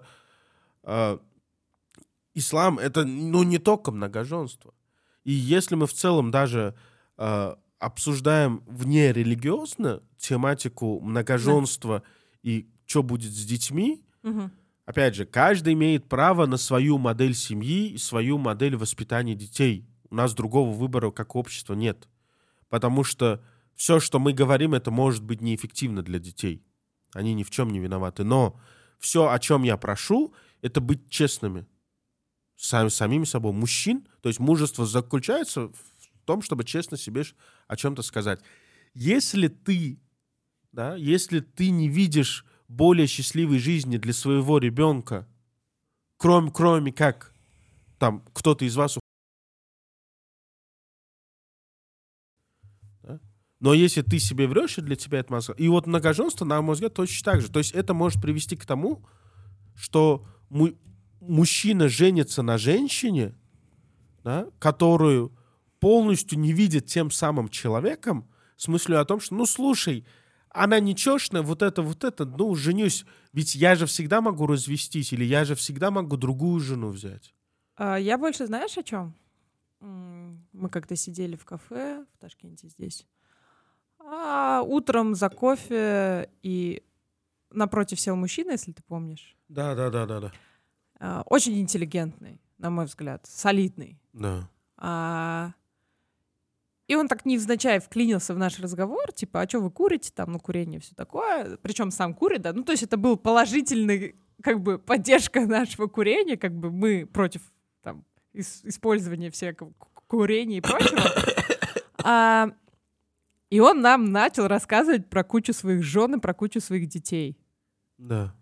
ислам — это, ну, не только многоженство. И если мы в целом даже обсуждаем внерелигиозно тематику многоженства и что будет с детьми, опять же, каждый имеет право на свою модель семьи и свою модель воспитания детей. У нас другого выбора как общества нет. Потому что все, что мы говорим, это может быть неэффективно для детей. Они ни в чем не виноваты. Но все, о чем я прошу, это быть честными. Самими собой. Мужчин, то есть мужество заключается в том, чтобы честно себе о чем-то сказать. Если ты не видишь более счастливой жизни для своего ребенка, кроме как там кто-то из вас... Да? Но если ты себе врешь, и для тебя это масса... И вот многоженство, на мой взгляд, точно так же. То есть это может привести к тому, что мужчина женится на женщине, да, которую полностью не видит тем самым человеком, с мыслью о том, что, ну, слушай, она нечестная, вот это, ну, женюсь, ведь я же всегда могу развестись, или я же всегда могу другую жену взять. Я больше знаешь о чем? Мы как-то сидели в кафе в Ташкенте здесь, утром за кофе, и напротив сел мужчина, если ты помнишь. Да. Очень интеллигентный, на мой взгляд, солидный. Да. И он так невзначай вклинился в наш разговор, типа, а что вы курите там, ну, курение, все такое. Причем сам курит, да. Ну, то есть это был положительный, как бы, поддержка нашего курения, как бы мы против там использования всякого курения и прочего. И он нам начал рассказывать про кучу своих жен и про кучу своих детей. Да.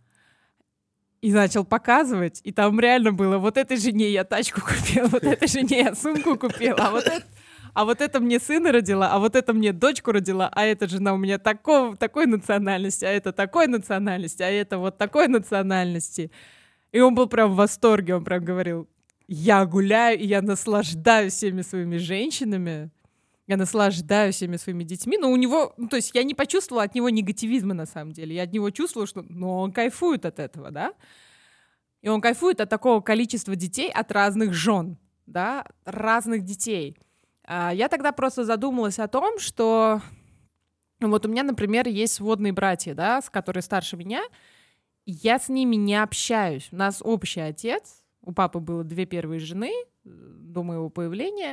И начал показывать, и там реально было: вот этой жене я тачку купила, вот этой жене я сумку купила, а вот это мне сына родила, а вот это мне дочку родила, а эта жена у меня такой национальности, а это такой национальности, а это вот такой национальности. И он был прям в восторге, он прям говорил: я гуляю, и я наслаждаюсь всеми своими женщинами, я наслаждаюсь всеми своими детьми, но у него, ну, то есть я не почувствовала от него негативизма на самом деле, я от него чувствовала, что, ну, он кайфует от этого, да, и он кайфует от такого количества детей от разных жен, да, разных детей. Я тогда просто задумалась о том, что вот у меня, например, есть сводные братья, да, которые старше меня, и я с ними не общаюсь. У нас общий отец, у папы было 2 первые жены до моего появления,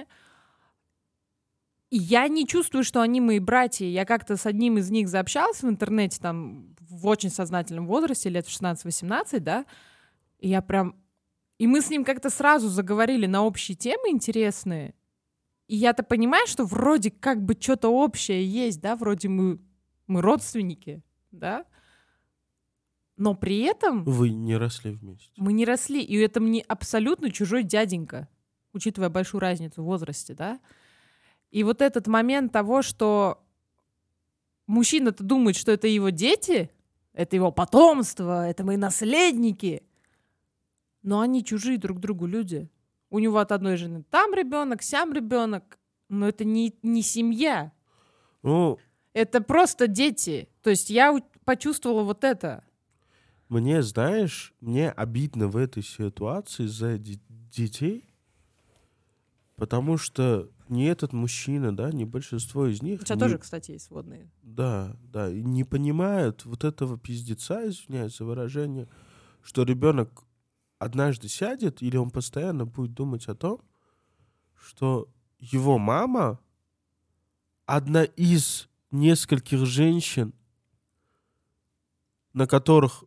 и я не чувствую, что они мои братья. Я как-то с одним из них заобщалась в интернете, там, в очень сознательном возрасте, лет в 16-18, да, и я прям... И мы с ним как-то сразу заговорили на общие темы интересные, и я-то понимаю, что вроде как бы что-то общее есть, да, вроде мы родственники, да, но при этом... Вы не росли вместе. Мы не росли, и это мне абсолютно чужой дяденька. учитывая большую разницу в возрасте, да. И вот этот момент того, что мужчина-то думает, что это его дети, это его потомство, это мои наследники, но они чужие друг другу люди. У него от одной жены там ребенок, сям ребенок, но это не семья. Ну, Это просто дети. То есть я почувствовала вот это. мне, знаешь, мне обидно в этой ситуации за детей, потому что ни этот мужчина, да, ни большинство из них... У тебя тоже, кстати, есть сводные. Да, и не понимают вот этого пиздеца, извиняюсь за выражение, что ребенок однажды сядет, или он постоянно будет думать о том, что его мама одна из нескольких женщин, на которых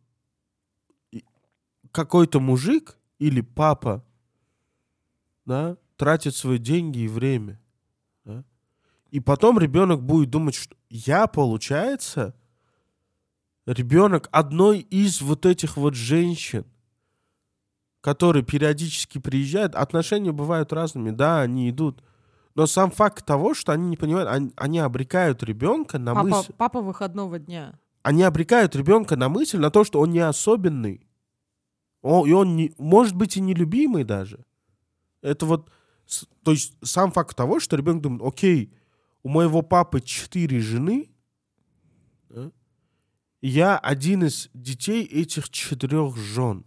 какой-то мужик или папа, да, тратит свои деньги и время. Да? И потом ребенок будет думать, что я, получается, ребенок одной из вот этих вот женщин, которые периодически приезжают. Отношения бывают разными, да, они идут. Но сам факт того, что они не понимают, они обрекают ребенка на мысль... Папа выходного дня. Они обрекают ребенка на мысль, на то, что он не особенный. И он не, может быть и нелюбимый даже. Это вот... То есть сам факт того, что ребенок думает, окей, у моего папы 4 жены, да, я один из детей этих 4 жен.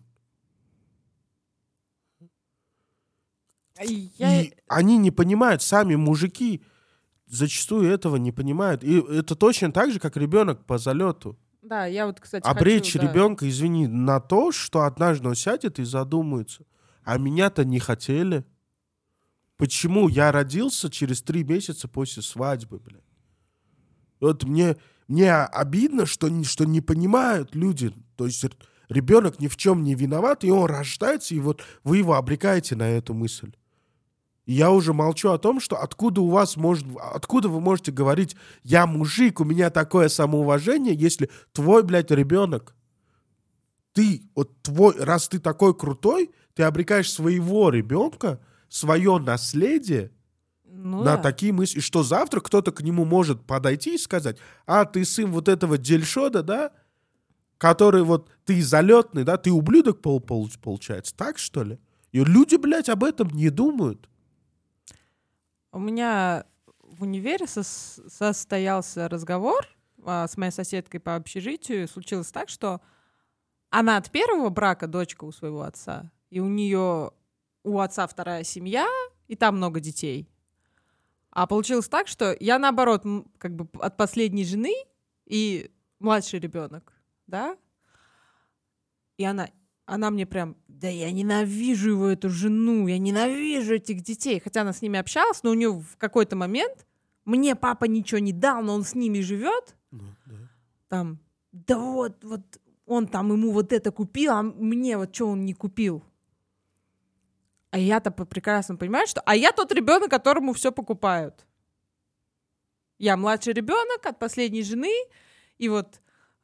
И они не понимают, сами мужики зачастую этого не понимают. И это точно так же, как ребенок по залету. Да, я вот, кстати, обречь ребенка, извини, на то, что однажды он сядет и задумается. А меня-то не хотели. Почему я родился через 3 месяца после свадьбы, блядь? Вот мне обидно, что не понимают люди. То есть ребенок ни в чем не виноват, и он рождается, и вот вы его обрекаете на эту мысль. И я уже молчу о том, что откуда вы можете говорить, я мужик, у меня такое самоуважение, если твой, блядь, ребенок, раз ты такой крутой, ты обрекаешь своего ребенка, свое наследие на такие мысли, что завтра кто-то к нему может подойти и сказать, ты сын вот этого дельшода, да, который вот, ты залетный, да, ты ублюдок получается, так что ли? И люди, блядь, об этом не думают. У меня в универе состоялся разговор с моей соседкой по общежитию. Случилось так, что она от первого брака, дочка у своего отца, и у отца 2-я семья, и там много детей. А получилось так, что я, наоборот, как бы от последней жены и младший ребенок, да? И она мне прям, да я ненавижу его, эту жену, я ненавижу этих детей. Хотя она с ними общалась, но у нее в какой-то момент мне папа ничего не дал, но он с ними живет. Там, да вот он там ему вот это купил, а мне вот что он не купил. А я-то прекрасно понимаю, что... А я тот ребенок, которому все покупают. Я младший ребенок от последней жены, и вот...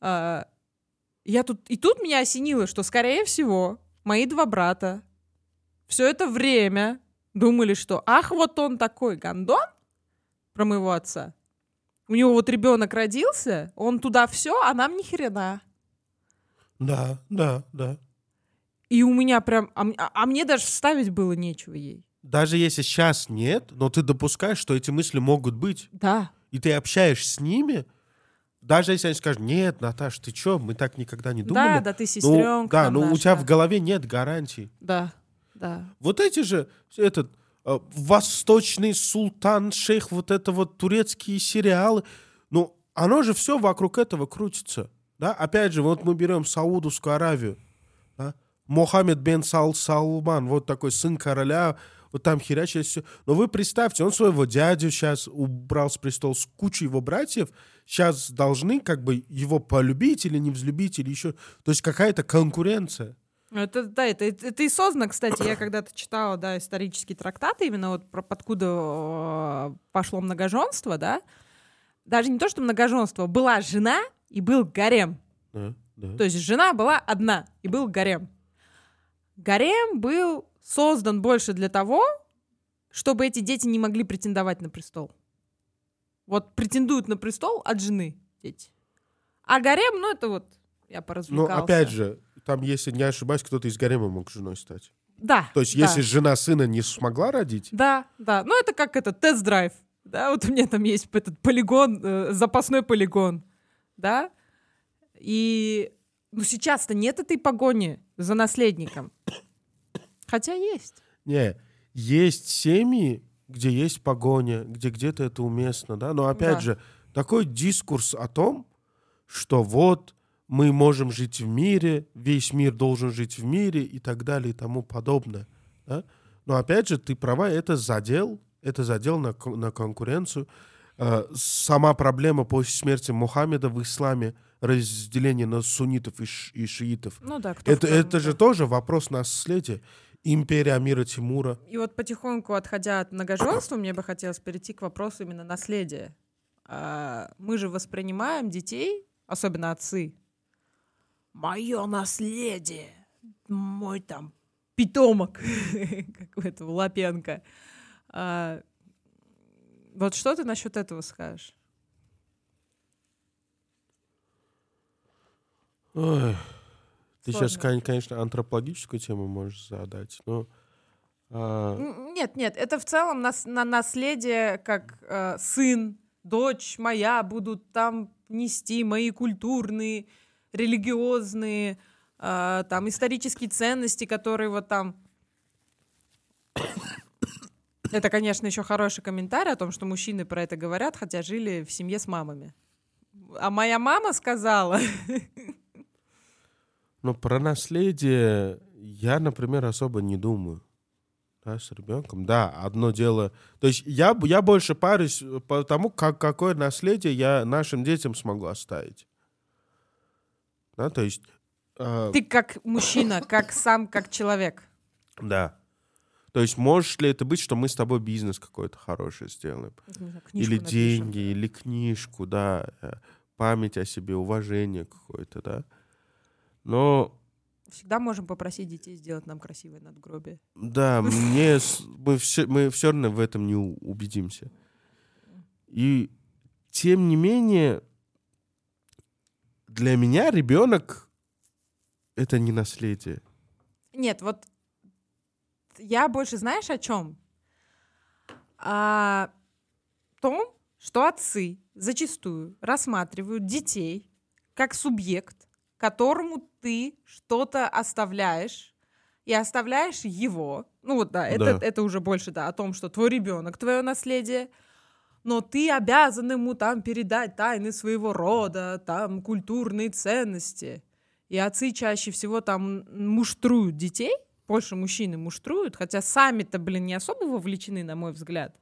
Тут меня осенило, что, скорее всего, мои 2 брата все это время думали, что вот он такой гондон про моего отца. У него вот ребенок родился, он туда все, а нам ни хрена. Да. И у меня прям... А мне даже вставить было нечего ей. Даже если сейчас нет, но ты допускаешь, что эти мысли могут быть. Да. И ты общаешься с ними... Даже если они скажут, нет, Наташ, ты чё, мы так никогда не думали. Да, ты сестренка. Да, но у тебя в голове нет гарантий. Да. Вот эти же, восточный султан, шейх, вот это вот турецкие сериалы, оно же все вокруг этого крутится. Да? Опять же, вот мы берем Саудовскую Аравию. Да? Мохаммед бен Салман, вот такой сын короля, вот там херячилось все. Но вы представьте, он своего дядю сейчас убрал с престола с кучей его братьев, сейчас должны как бы его полюбить или не взлюбить, или еще... То есть какая-то конкуренция. Это и создано, кстати, я когда-то читала, да, исторические трактаты, именно вот откуда пошло многоженство, да. Даже не то, что многоженство, была жена и был гарем. Да. То есть жена была одна и был гарем. Гарем был создан больше для того, чтобы эти дети не могли претендовать на престол. Вот претендуют на престол от жены дети. А гарем, ну это вот я поразвлекался. Ну, опять же, там, если не ошибаюсь, кто-то из гарема мог женой стать. Да. То есть, да. если жена сына не смогла родить... Да. Ну, это как это, тест-драйв. Да, вот у меня там есть этот полигон, запасной полигон. Да. И ну, сейчас-то нет этой погони за наследником. Хотя есть. Не, есть семьи, где есть погоня, где где-то это уместно, да. Но опять же, такой дискурс о том, что вот мы можем жить в мире, весь мир должен жить в мире и так далее и тому подобное. Да? Но опять же, ты права, это задел на конкуренцию. Сама проблема после смерти Мухаммеда в исламе, разделение на суннитов и шиитов. Ну да, это же тоже вопрос наследия. Империя Амира Тимура. И вот потихоньку, отходя от многоженства, мне бы хотелось перейти к вопросу именно наследия. Мы же воспринимаем детей, особенно отцы, мое наследие, мой там питомок, как у этого Лапенко. Вот что ты насчет этого скажешь? Ой, ты Сложно. сейчас, конечно, антропологическую тему можешь задать, но... Нет, это в целом на наследие, как сын, дочь моя будут там нести мои культурные, религиозные, там исторические ценности, которые вот там... Это, конечно, еще хороший комментарий о том, что мужчины про это говорят, хотя жили в семье с мамами. А моя мама сказала... Но про наследие я, например, особо не думаю. Да, с ребенком. Да, одно дело... То есть я больше парюсь по тому, какое наследие я нашим детям смогу оставить. Да, то есть... Ты как мужчина, как человек. Да. То есть можешь ли это быть, что мы с тобой бизнес какой-то хороший сделаем? Или напишем. деньги, или книжку, да. Память о себе, уважение какое-то, да. Но... Всегда можем попросить детей сделать нам красивое надгробие. Да, мы все равно в этом не убедимся. И тем не менее, для меня ребенок — это не наследие. Нет, вот я больше знаешь о чем? О том, что отцы зачастую рассматривают детей как субъект, которому ты что-то оставляешь, и оставляешь его. Ну вот да, это уже больше о том, что твой ребенок, твое наследие, но ты обязан ему там передать тайны своего рода, там культурные ценности. И отцы чаще всего там муштруют детей, больше мужчины муштруют, хотя сами-то, не особо вовлечены, на мой взгляд,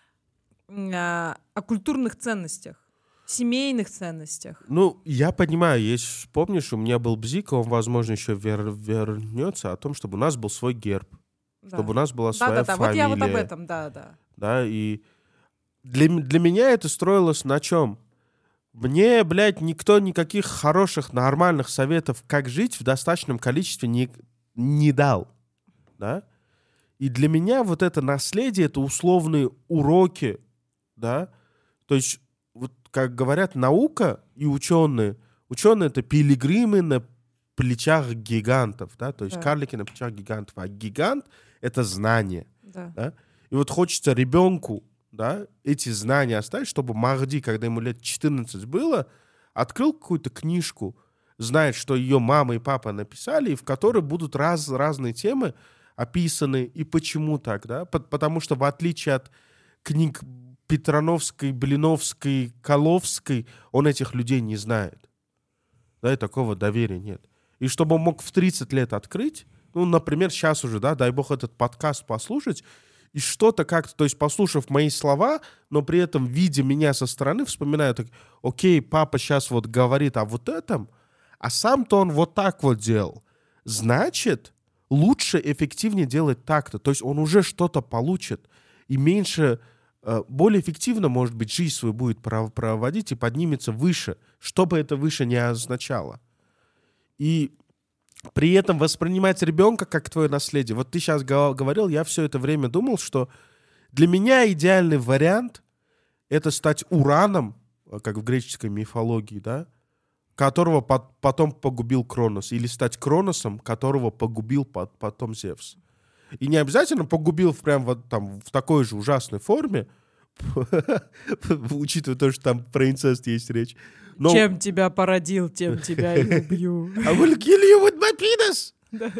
о культурных ценностях. Семейных ценностях. Ну, я понимаю, если помнишь, у меня был бзик, он, возможно, еще вернется о том, чтобы у нас был свой герб, чтобы у нас была своя фамилия. Вот я вот об этом, да. Да, и для меня это строилось на чем? Мне, никто никаких хороших, нормальных советов, как жить в достаточном количестве не дал, да? И для меня вот это наследие, это условные уроки, да? То есть вот как говорят, наука и ученые это пилигримы на плечах гигантов, да, то есть карлики на плечах гигантов, а гигант — это знание. Да? И вот хочется ребенку, да, эти знания оставить, чтобы Махди, когда ему лет 14 было, открыл какую-то книжку, знает, что ее мама и папа написали, и в которой будут разные темы описаны, и почему так, да, потому что в отличие от книг Петрановской, Блиновской, Коловской, он этих людей не знает. Да, и такого доверия нет. И чтобы он мог в 30 лет открыть, ну, например, сейчас уже, да, дай бог этот подкаст послушать, и что-то как-то, то есть послушав мои слова, но при этом, видя меня со стороны, вспоминаю, так, окей, папа сейчас вот говорит о вот этом, а сам-то он вот так вот делал. Значит, лучше, эффективнее делать так-то. То есть он уже что-то получит и меньше... более эффективно, может быть, жизнь свою будет проводить и поднимется выше, что бы это выше не означало. И при этом воспринимать ребенка как твое наследие. Вот ты сейчас говорил, я все это время думал, что Для меня идеальный вариант — это стать Ураном, как в греческой мифологии, да, которого потом погубил Кронос, или стать Кроносом, которого погубил потом Зевс. И не обязательно погубил прям вот там в такой же ужасной форме, учитывая то, что там про инцест есть речь. Но... Чем тебя породил, тем тебя и убью. I will kill you with my penis!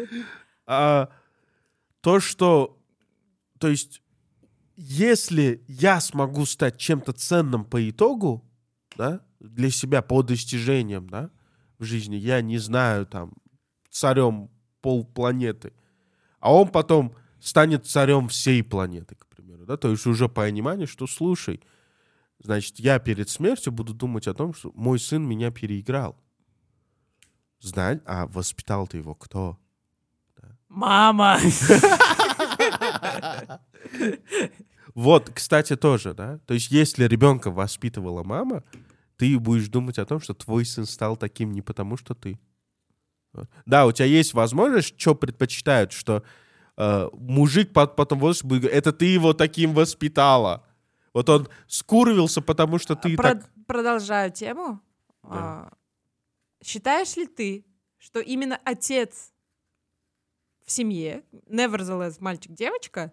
То, что... То есть, если я смогу стать чем-то ценным по итогу, да, для себя, по достижениям, да, в жизни, я не знаю, там, царем полпланеты, а он потом станет царем всей планеты, к примеру, да, то есть уже понимание, что, слушай, значит, я перед смертью буду думать о том, что мой сын меня переиграл. Знать, а воспитал-то его кто? Мама! Вот, кстати, тоже, да, то есть если ребенка воспитывала мама, ты будешь думать о том, что твой сын стал таким не потому, что ты. Да, у тебя есть возможность, что предпочитают, что мужик потом возраст будет говорить, это ты его таким воспитала. Вот он скурвился, потому что ты так... Продолжаю тему. Да. Считаешь ли ты, что именно отец в семье, nevertheless, мальчик-девочка,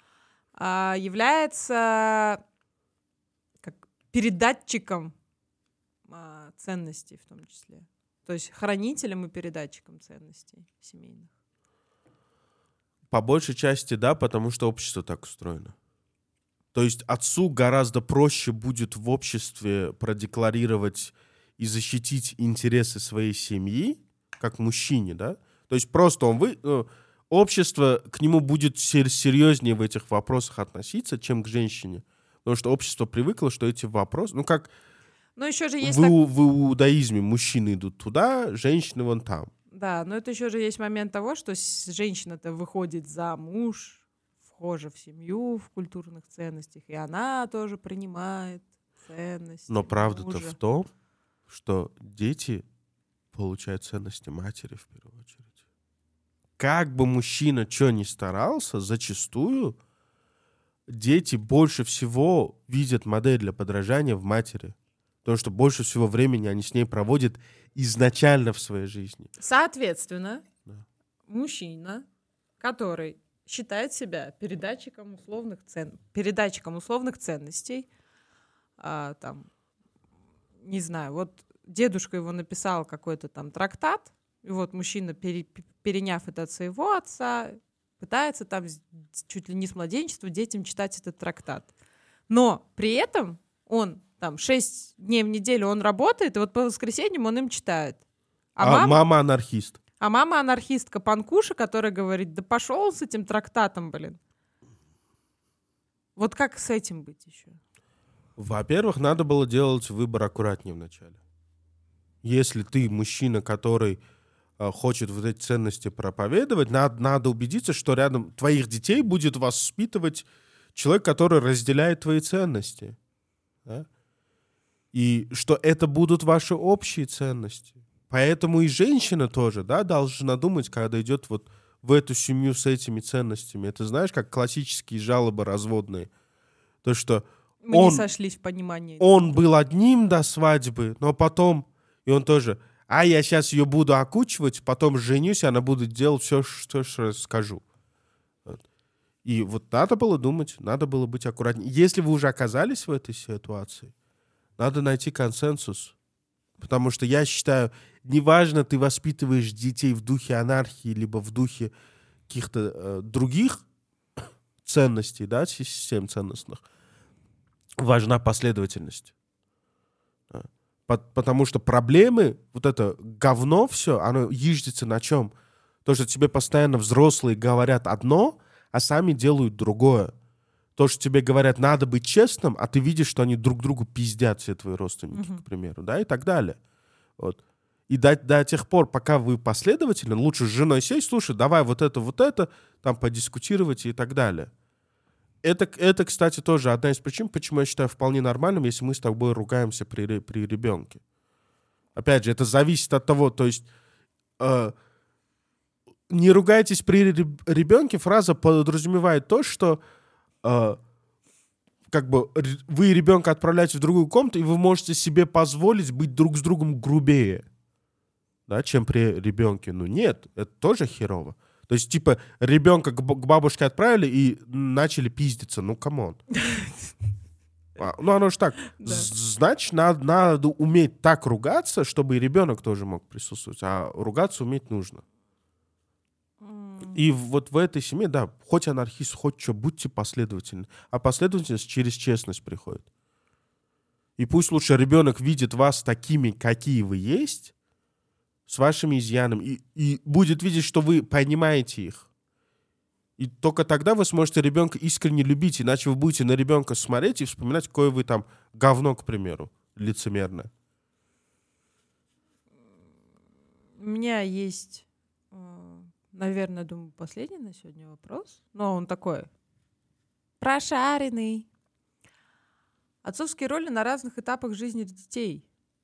является как передатчиком ценностей в том числе? То есть хранителем и передатчиком ценностей семейных? По большей части, да, потому что общество так устроено. То есть отцу гораздо проще будет в обществе продекларировать и защитить интересы своей семьи, как мужчине, да? То есть просто общество к нему будет серьезнее в этих вопросах относиться, чем к женщине. Потому что общество привыкло, что эти вопросы... Ну, как но еще же есть в иудаизме мужчины идут туда, женщины вон там. Да, но это еще же есть момент того, что женщина-то выходит замуж, вхожа в семью, в культурных ценностях, и она тоже принимает ценности. Но правда-то мужа. в том, что дети получают ценности матери в первую очередь. Как бы мужчина что ни старался, зачастую дети больше всего видят модель для подражания в матери. Потому что больше всего времени они с ней проводят изначально в своей жизни. Соответственно, Да. мужчина, который считает себя передатчиком условных ценностей, там, не знаю, вот дедушка его написал какой-то там трактат, и вот мужчина, переняв это от своего отца, пытается там чуть ли не с младенчества детям читать этот трактат. Но при этом он там 6 дней в неделю он работает, и вот по воскресеньям он им читает. Мама анархист. А мама анархистка Панкуша, которая говорит, да пошел с этим трактатом, блин. Вот как с этим быть еще? Во-первых, надо было делать выбор аккуратнее вначале. Если ты мужчина, который хочет вот эти ценности проповедовать, надо убедиться, что рядом твоих детей будет воспитывать человек, который разделяет твои ценности. Да? И что это будут ваши общие ценности. Поэтому и женщина тоже, да, должна думать, когда идет вот в эту семью с этими ценностями. Это знаешь, как классические жалобы разводные. То, что мы не сошлись в понимании. Он был одним до свадьбы, но потом... И он тоже... я сейчас ее буду окучивать, потом женюсь, она будет делать все, что скажу. Вот. И вот надо было думать, надо было быть аккуратнее. Если вы уже оказались в этой ситуации, надо найти консенсус. Потому что я считаю, неважно, ты воспитываешь детей в духе анархии, либо в духе каких-то других ценностей, да, систем ценностных, важна последовательность. Потому что проблемы, вот это говно все, оно иждется на чем? То, что тебе постоянно взрослые говорят одно, а сами делают другое. То, что тебе говорят, надо быть честным, а ты видишь, что они друг другу пиздят, все твои родственники, к примеру, да, и так далее. Вот. И до тех пор, пока вы последовательны, лучше с женой сесть, слушай, давай вот это, там подискутировать и так далее. Это, кстати, тоже одна из причин, почему я считаю вполне нормальным, если мы с тобой ругаемся при ребенке. Опять же, это зависит от того, то есть не ругайтесь при ребенке, фраза подразумевает то, что как бы вы ребенка отправляете в другую комнату, и вы можете себе позволить быть друг с другом грубее, да, чем при ребенке. Ну нет, это тоже херово. То есть, типа, ребенка к бабушке отправили и начали пиздиться. Ну, камон. Ну, оно же так. Значит, надо уметь так ругаться, чтобы и ребенок тоже мог присутствовать. А ругаться уметь нужно. И вот в этой семье, да, хоть анархист, хоть что, будьте последовательны. А последовательность через честность приходит. И пусть лучше ребенок видит вас такими, какие вы есть, с вашими изъянами, и будет видеть, что вы понимаете их. И только тогда вы сможете ребенка искренне любить, иначе вы будете на ребенка смотреть и вспоминать, какое вы там говно, к примеру, лицемерное. У меня есть, наверное, думаю, последний на сегодня вопрос, но он такой прошаренный. Отцовские роли на разных этапах жизни детей.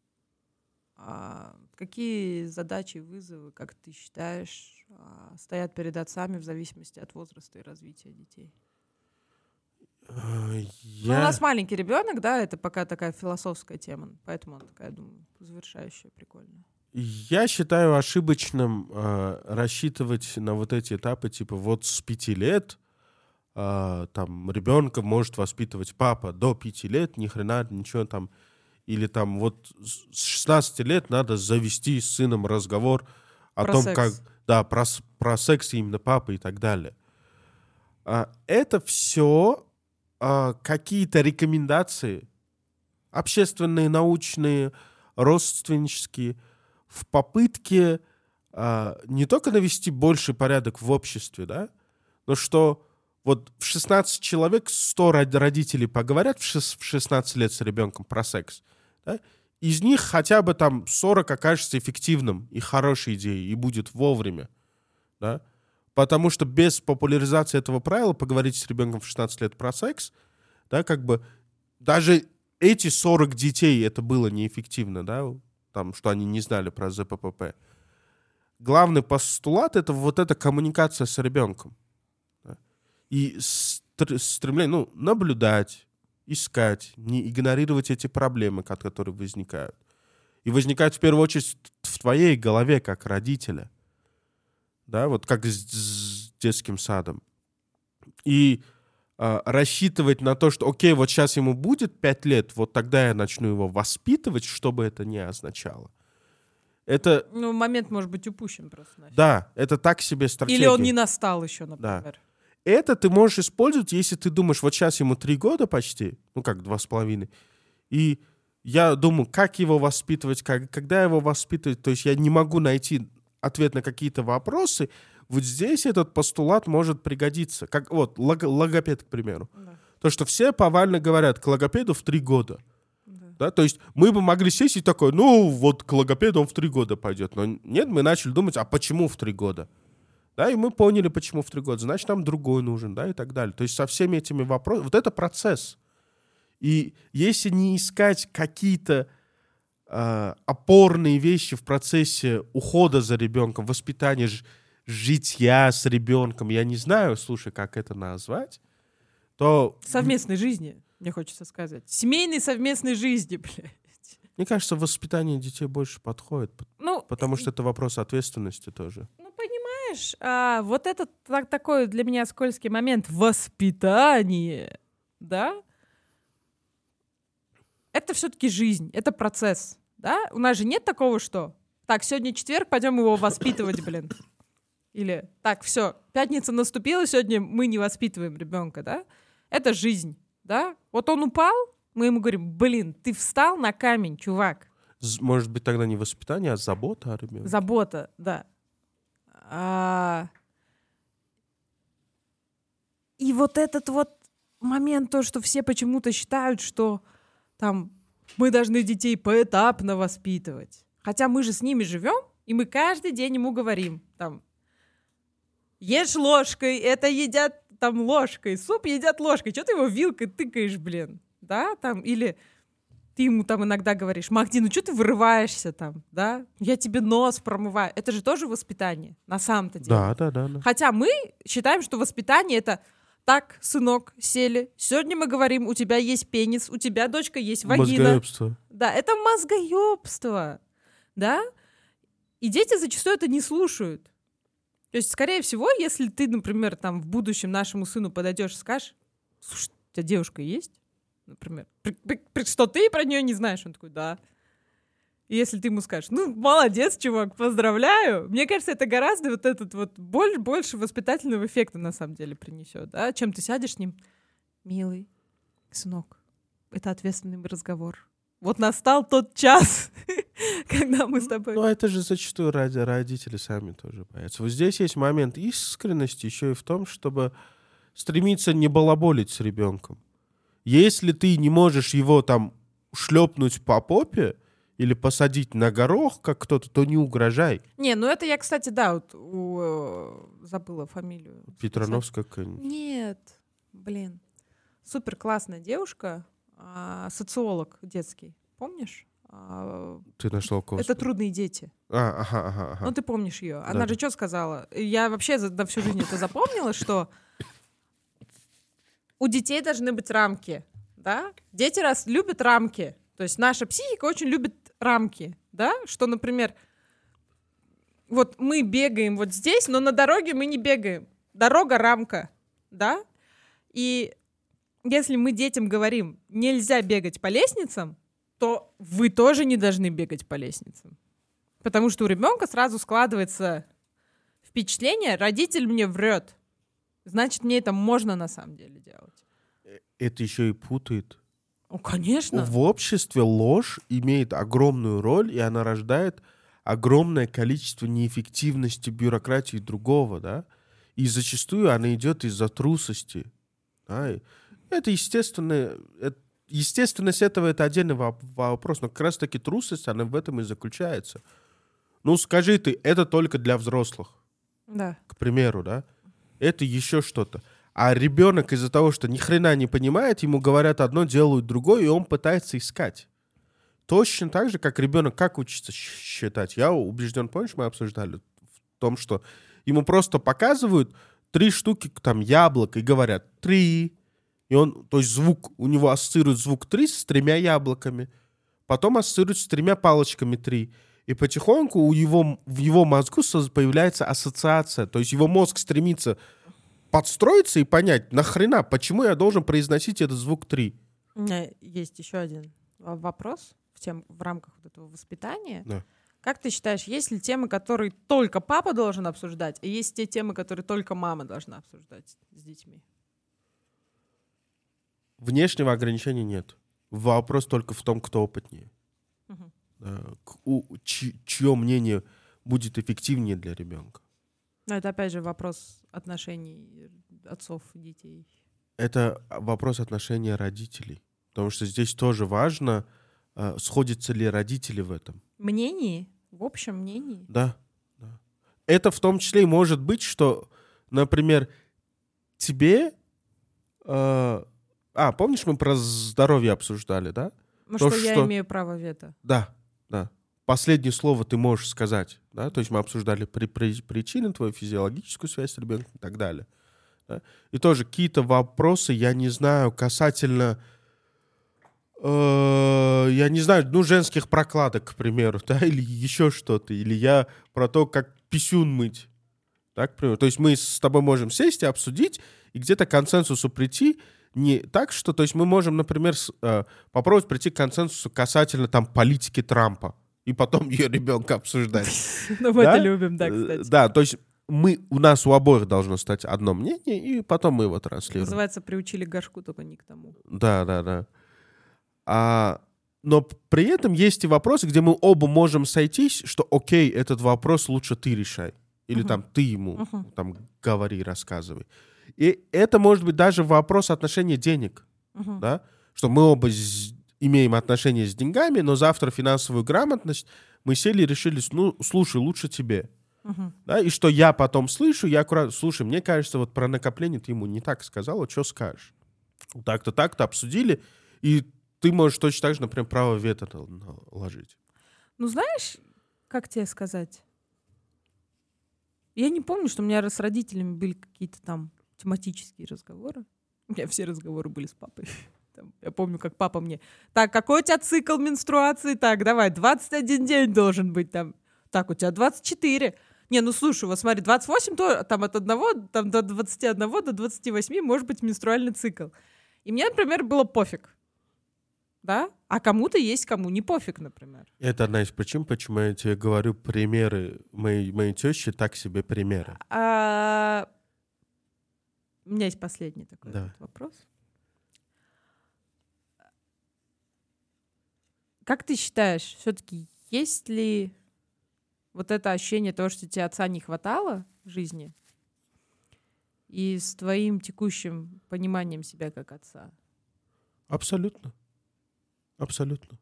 Какие задачи и вызовы, как ты считаешь, стоят перед отцами в зависимости от возраста и развития детей? Ну, у нас маленький ребенок, да, это пока такая философская тема, поэтому она такая, думаю, завершающая, прикольная. Я считаю ошибочным рассчитывать на вот эти этапы, типа вот с 5 лет там ребенка может воспитывать папа, до 5 лет ни хрена, ничего там. Или там вот с 16 лет надо завести с сыном разговор о том, секс. как... Да, про секс именно папы и так далее. Это все какие-то рекомендации, общественные, научные, родственнические, в попытке не только навести больший порядок в обществе, да, но что вот в 16 человек 100 родителей поговорят в 16 лет с ребенком про секс, да? Из них хотя бы там 40 окажется эффективным и хорошей идеей, и будет вовремя. Да? Потому что без популяризации этого правила поговорить с ребенком в 16 лет про секс, да, как бы даже эти 40 детей это было неэффективно, да, там, что они не знали про ЗППП. Главный постулат — это вот эта коммуникация с ребенком. Да? И стремление, наблюдать, искать, не игнорировать эти проблемы, которые возникают. И возникают в первую очередь в твоей голове, как родителя. Да, вот как с детским садом. И рассчитывать на то, что, окей, вот сейчас ему будет 5 лет, вот тогда я начну его воспитывать, что бы это ни означало. Это... момент может быть упущен просто. Да, это так себе стратегия. Или он не настал еще, например. Да. Это ты можешь использовать, если ты думаешь, вот сейчас ему 3 года почти, 2,5. И я думаю, как его воспитывать, когда его воспитывать. То есть я не могу найти ответ на какие-то вопросы. Вот здесь этот постулат может пригодиться. Как вот логопед, к примеру. Да. То, что все повально говорят, к логопеду в 3 года. Да? То есть мы бы могли сесть и такой, вот к логопеду он в 3 года пойдет. Но нет, мы начали думать, а почему в 3 года? Да, и мы поняли, почему в 3 года. Значит, нам другой нужен, да, и так далее. То есть со всеми этими вопросами... Вот это процесс. И если не искать какие-то опорные вещи в процессе ухода за ребенком, воспитания, житья с ребенком, я не знаю, слушай, как это назвать, то... Совместной жизни, мне хочется сказать. Семейной совместной жизни, блядь. Мне кажется, воспитание детей больше подходит, потому что это вопрос ответственности тоже. Вот это такой для меня скользкий момент. Воспитание, да? Это все-таки жизнь, это процесс, да? У нас же нет такого, что так, сегодня четверг, пойдем его воспитывать, блин. Или так, все, пятница наступила, сегодня мы не воспитываем ребенка, да? Это жизнь, да? Вот он упал, мы ему говорим, блин, ты встал на камень, чувак. Может быть, тогда не воспитание, а забота о ребенке? Забота, да. И вот этот вот момент, то, что все почему-то считают, что там мы должны детей поэтапно воспитывать. Хотя мы же с ними живем, и мы каждый день ему говорим, там, ешь ложкой, это едят там ложкой, суп едят ложкой, что ты его вилкой тыкаешь, блин, да, там, или... Ты ему там иногда говоришь, Махди, ну что ты вырываешься там, да? Я тебе нос промываю. Это же тоже воспитание, на самом-то деле. Да. Хотя мы считаем, что воспитание — это Так, сынок, сели. Сегодня мы говорим, у тебя есть пенис, у тебя, дочка, есть вагина. Мозгоебство. Да, это мозгоебство. Да? И дети зачастую это не слушают. То есть, скорее всего, если ты, например, там в будущем нашему сыну подойдешь и скажешь: слушай, у тебя девушка есть? Например. Что ты про нее не знаешь? Он такой: да. И если ты ему скажешь: ну, молодец, чувак, поздравляю, мне кажется, это гораздо вот этот вот больше воспитательного эффекта на самом деле принесет, да? Чем ты сядешь с ним: милый сынок, это ответственный разговор. Вот настал тот час, когда мы с тобой... Ну, это же зачастую родители сами тоже боятся. Вот здесь есть момент искренности еще и в том, чтобы стремиться не балаболить с ребенком. Если ты не можешь его там шлепнуть по попе или посадить на горох, как кто-то, то не угрожай. Не, ну это я, кстати, да, вот забыла фамилию. Петрановская какая-нибудь. Нет, блин. Супер классная девушка, социолог детский, помнишь? Ты нашла кого? Это «Трудные дети». Ага. Ну, ты помнишь ее. Да. Она же что сказала? Я вообще на всю жизнь это запомнила, что у детей должны быть рамки, да? Дети любят рамки. То есть наша психика очень любит рамки, да? Что, например, вот мы бегаем вот здесь, но на дороге мы не бегаем. Дорога — рамка, да? И если мы детям говорим: нельзя бегать по лестницам, то вы тоже не должны бегать по лестницам. Потому что у ребенка сразу складывается впечатление: родитель мне врет. Значит, мне это можно на самом деле делать. Это еще и путает. Ну, конечно. В обществе ложь имеет огромную роль, и она рождает огромное количество неэффективности, бюрократии и другого, да? И зачастую она идет из-за трусости. Да? И это естественно. Естественность этого — это отдельный вопрос, но как раз-таки трусость, она в этом и заключается. Ну, скажи ты, это только для взрослых, Да. к примеру, да? Это еще что-то. А ребенок из-за того, что ни хрена не понимает, ему говорят одно, делают другое, и он пытается искать. Точно так же, как ребенок как учится считать. Я убежден, помнишь, мы обсуждали в том, что ему просто показывают 3 штуки, там, яблок, и говорят 3. И он, то есть звук, у него ассоциирует звук 3 с 3 яблоками. Потом ассоциирует с 3 палочками 3. И потихоньку в его мозгу появляется ассоциация. То есть его мозг стремится подстроиться и понять, нахрена, почему я должен произносить этот звук 3. У меня есть еще один вопрос в рамках вот этого воспитания. Да. Как ты считаешь, есть ли темы, которые только папа должен обсуждать, и есть те темы, которые только мама должна обсуждать с детьми? Внешнего ограничения нет. Вопрос только в том, кто опытнее. Чье мнение будет эффективнее для ребенка. Но это опять же вопрос отношений отцов и детей. Это вопрос отношения родителей. Потому что здесь тоже важно, сходятся ли родители в этом. Мнении? В общем мнении? Да. Это в том числе и может быть, что, например, тебе... помнишь, мы про здоровье обсуждали, да? Ну, что я имею право вето. Да. Последнее слово ты можешь сказать, да? То есть мы обсуждали причины, твою физиологическую связь с ребенком и так далее. Да? И тоже какие-то вопросы, я не знаю, касательно, женских прокладок, к примеру, да, или еще что-то, или я про то, как писюн мыть, да, к примеру. То есть мы с тобой можем сесть и обсудить, и где-то к консенсусу прийти. Не так, что, то есть мы можем, например, попробовать прийти к консенсусу касательно там политики Трампа, и потом ее ребенка обсуждать. Ну, мы это любим, да, кстати. Да, то есть у нас у обоих должно стать одно мнение, и потом мы его транслируем. Называется «приучили к горшку», только не к тому. Да. Но при этом есть и вопросы, где мы оба можем сойтись, что окей, этот вопрос лучше ты решай. Или там ты ему там говори, рассказывай. И это может быть даже вопрос отношения денег. Да? Что мы оба имеем отношения с деньгами, но завтра финансовую грамотность мы сели и решили, слушай, лучше тебе. Да? И что я потом слышу, я аккуратно, слушай, мне кажется, вот про накопление ты ему не так сказал, вот что скажешь? Так-то обсудили, и ты можешь точно так же, например, право вето наложить. Ну, знаешь, как тебе сказать? Я не помню, что у меня с родителями были какие-то там тематические разговоры. У меня все разговоры были с папой. Я помню, как папа мне... Так, какой у тебя цикл менструации? Так, давай, 21 день должен быть там. Так, у тебя 24. Не, ну слушай, вот смотри, 28, то, там от 1 там, до 21 до 28 может быть менструальный цикл. И мне, например, было пофиг. Да? А кому-то есть, кому не пофиг, например. Это одна из причин, почему я тебе говорю примеры. Моей тещи так себе примеры. У меня есть последний такой вопрос. Как ты считаешь, все-таки есть ли вот это ощущение того, что тебе отца не хватало в жизни, и с твоим текущим пониманием себя как отца? Абсолютно. Абсолютно.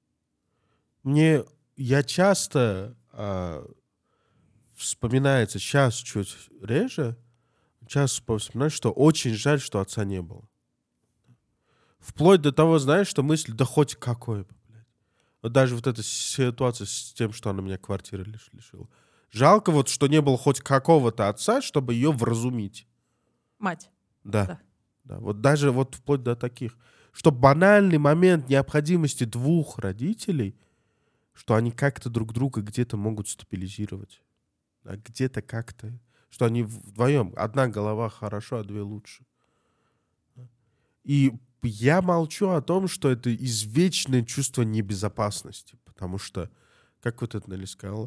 Я часто вспоминается, сейчас чуть реже, часто вспоминаю, что очень жаль, что отца не было. Вплоть до того, знаешь, что мысль, да хоть какой бы, блядь. Вот даже вот эта ситуация с тем, что она меня квартиры лишила. Жалко вот, что не было хоть какого-то отца, чтобы ее вразумить. Мать. Да. Вот даже вот вплоть до таких. Что банальный момент необходимости двух родителей, что они как-то друг друга где-то могут стабилизировать. А где-то как-то. Что они вдвоем. Одна голова хорошо, а две лучше. И я молчу о том, что это извечное чувство небезопасности. Потому что, как вот это Нелли сказала,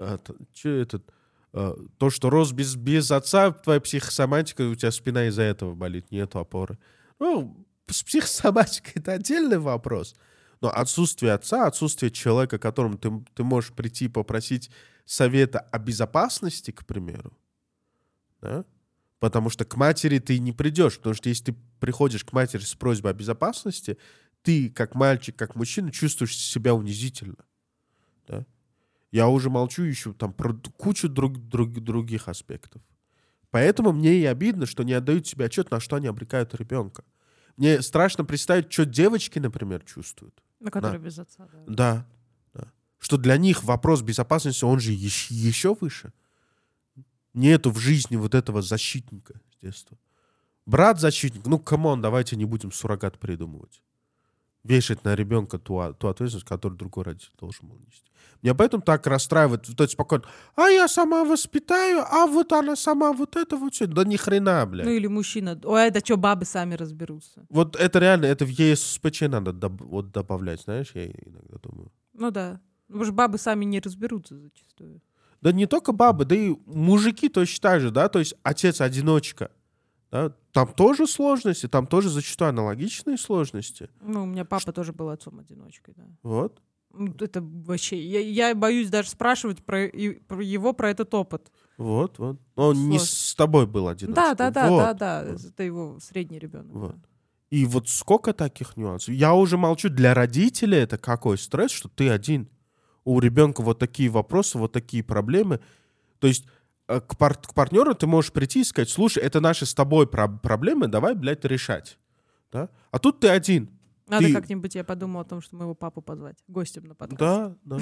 то, что рос без отца, твоя психосоматика, у тебя спина из-за этого болит, нету опоры. Ну, с психосоматикой это отдельный вопрос. Но отсутствие отца, отсутствие человека, к которому ты можешь прийти и попросить совета о безопасности, к примеру, да? Потому что к матери ты не придешь. Потому что если ты приходишь к матери с просьбой о безопасности, ты, как мальчик, как мужчина, чувствуешь себя унизительно. Да? Я уже молчу еще там про кучу других аспектов. Поэтому мне и обидно, что не отдают себе отчет, на что они обрекают ребенка. Мне страшно представить, что девочки, например, чувствуют. На которые без отца, да. Да. Что для них вопрос безопасности, он же еще выше. Нету в жизни вот этого защитника с детства. Брат защитник, ну, камон, давайте не будем суррогат придумывать. Вешать на ребенка ту ответственность, которую другой родитель должен был нести. Меня поэтому так расстраивает. Вот это спокойно. А я сама воспитаю, а вот она сама вот это вот все. Да ни хрена, блядь. Ну или мужчина. Ой, да что, бабы сами разберутся. Вот это реально, это в ЕСПЧ надо добавлять, знаешь, я иногда думаю. Ну да. Потому что бабы сами не разберутся зачастую. Да не только бабы, да и мужики точно так же, да, то есть отец-одиночка. Да? Там тоже сложности, там тоже зачастую аналогичные сложности. Ну, у меня папа тоже был отцом-одиночкой, да. Вот. Это вообще... Я боюсь даже спрашивать про этот опыт. Вот. Он не с тобой был одиночкой. Да. Это его средний ребенок. Вот. Да. И вот сколько таких нюансов. Я уже молчу, для родителей это какой стресс, что ты один. У ребенка вот такие вопросы, вот такие проблемы. То есть к партнеру ты можешь прийти и сказать, слушай, это наши с тобой проблемы, давай, блядь, решать. Да? А тут ты один. Надо как-нибудь, я подумала о том, что моего папу позвать гостем на подкаст. Да.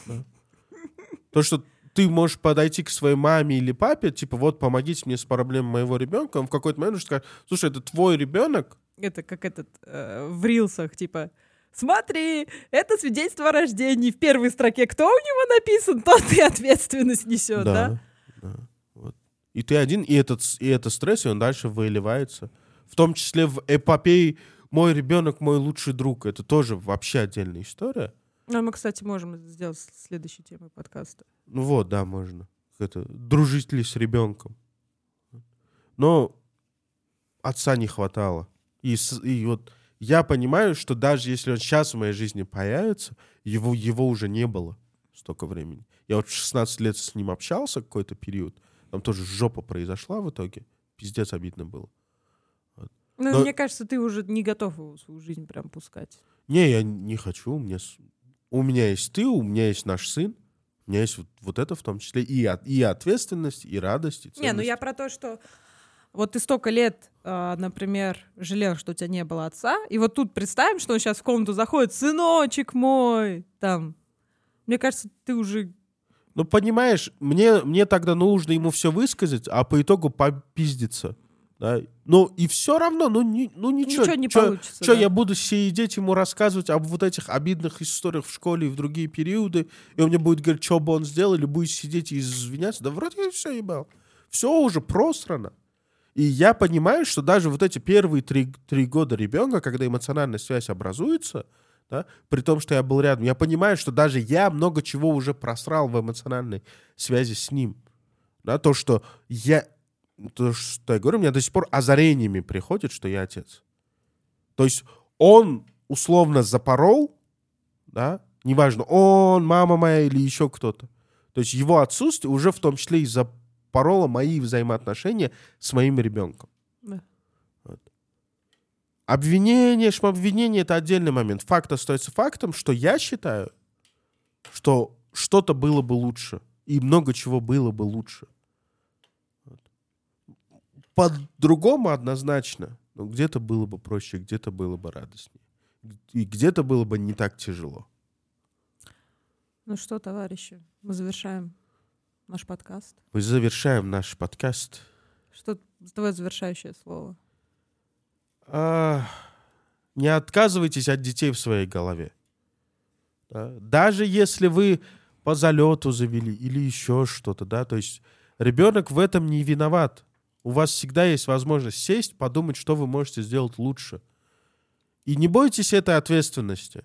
То, что ты можешь подойти к своей маме или папе, типа, вот, помогите мне с проблемой моего ребенка, он в какой-то момент уже скажет, слушай, это твой ребенок. Это как в рилсах, типа, смотри, это свидетельство о рождении. В первой строке кто у него написан, тот и ответственность несет, да? Вот. И ты один, и это стресс, и он дальше выливается. В том числе в эпопее «Мой ребенок, мой лучший друг». Это тоже вообще отдельная история. Ну, мы, кстати, можем сделать следующей темой подкаста. Ну вот, да, можно. Дружить ли с ребенком. Но отца не хватало. И вот я понимаю, что даже если он сейчас в моей жизни появится, его уже не было столько времени. Я вот 16 лет с ним общался какой-то период. Там тоже жопа произошла в итоге. Пиздец обидно было. Вот. Но мне кажется, ты уже не готов его в свою жизнь прям пускать. Не, я не хочу. У меня есть ты, у меня есть наш сын. У меня есть вот это в том числе. И ответственность, и радость, и ценность. Не, ну я про то, что вот ты столько лет, например, жалел, что у тебя не было отца, и вот тут представим, что он сейчас в комнату заходит, сыночек мой, там. Мне кажется, ты уже... Ну, понимаешь, мне тогда нужно ему все высказать, а по итогу попиздиться. Да? Ну, и все равно, ничего. Ничего не получится. Что Да. я буду сидеть ему рассказывать об вот этих обидных историях в школе и в другие периоды, и он мне будет говорить, что бы он сделал, или будет сидеть и извиняться. Да вроде я все ебал. Все уже просрано. И я понимаю, что даже вот эти первые 3 года ребенка, когда эмоциональная связь образуется, да, при том, что я был рядом, я понимаю, что даже я много чего уже просрал в эмоциональной связи с ним. Да, то, что я говорю, у меня до сих пор озарениями приходит, что я отец. То есть он условно запорол, да, неважно, он, мама моя или еще кто-то. То есть его отсутствие уже в том числе и запороло мои взаимоотношения с моим ребенком. Да. Вот. Обвинение, шмобвинение — это отдельный момент. Факт остается фактом, что я считаю, что что-то было бы лучше. И много чего было бы лучше. Вот. По-другому однозначно. Но где-то было бы проще, где-то было бы радостнее. И где-то было бы не так тяжело. Ну что, товарищи, мы завершаем наш подкаст. Мы завершаем наш подкаст. Что твое завершающее слово? Не отказывайтесь от детей в своей голове. Да? Даже если вы по залету завели или еще что-то, да, то есть ребенок в этом не виноват. У вас всегда есть возможность сесть, подумать, что вы можете сделать лучше. И не бойтесь этой ответственности.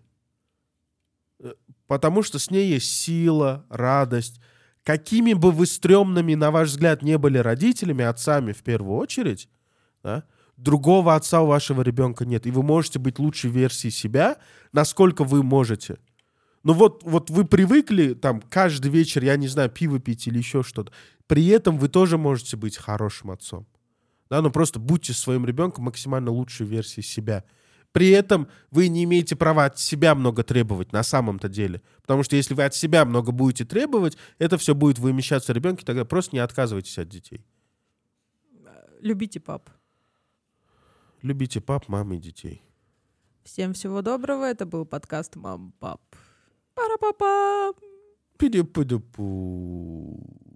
Потому что с ней есть сила, радость. Какими бы вы стрёмными, на ваш взгляд, не были родителями, отцами в первую очередь, да, другого отца у вашего ребенка нет. И вы можете быть лучшей версией себя, насколько вы можете. Ну вот вы привыкли там каждый вечер, я не знаю, пиво пить или еще что-то. При этом вы тоже можете быть хорошим отцом. Да, но просто будьте своим ребенком максимально лучшей версией себя. При этом вы не имеете права от себя много требовать на самом-то деле. Потому что если вы от себя много будете требовать, это все будет вымещаться в ребенке, тогда просто не отказывайтесь от детей. Любите пап. Любите пап, мам и детей. Всем всего доброго. Это был подкаст «Мам, пап». Пара-па-па! Пиди-пиди-пу.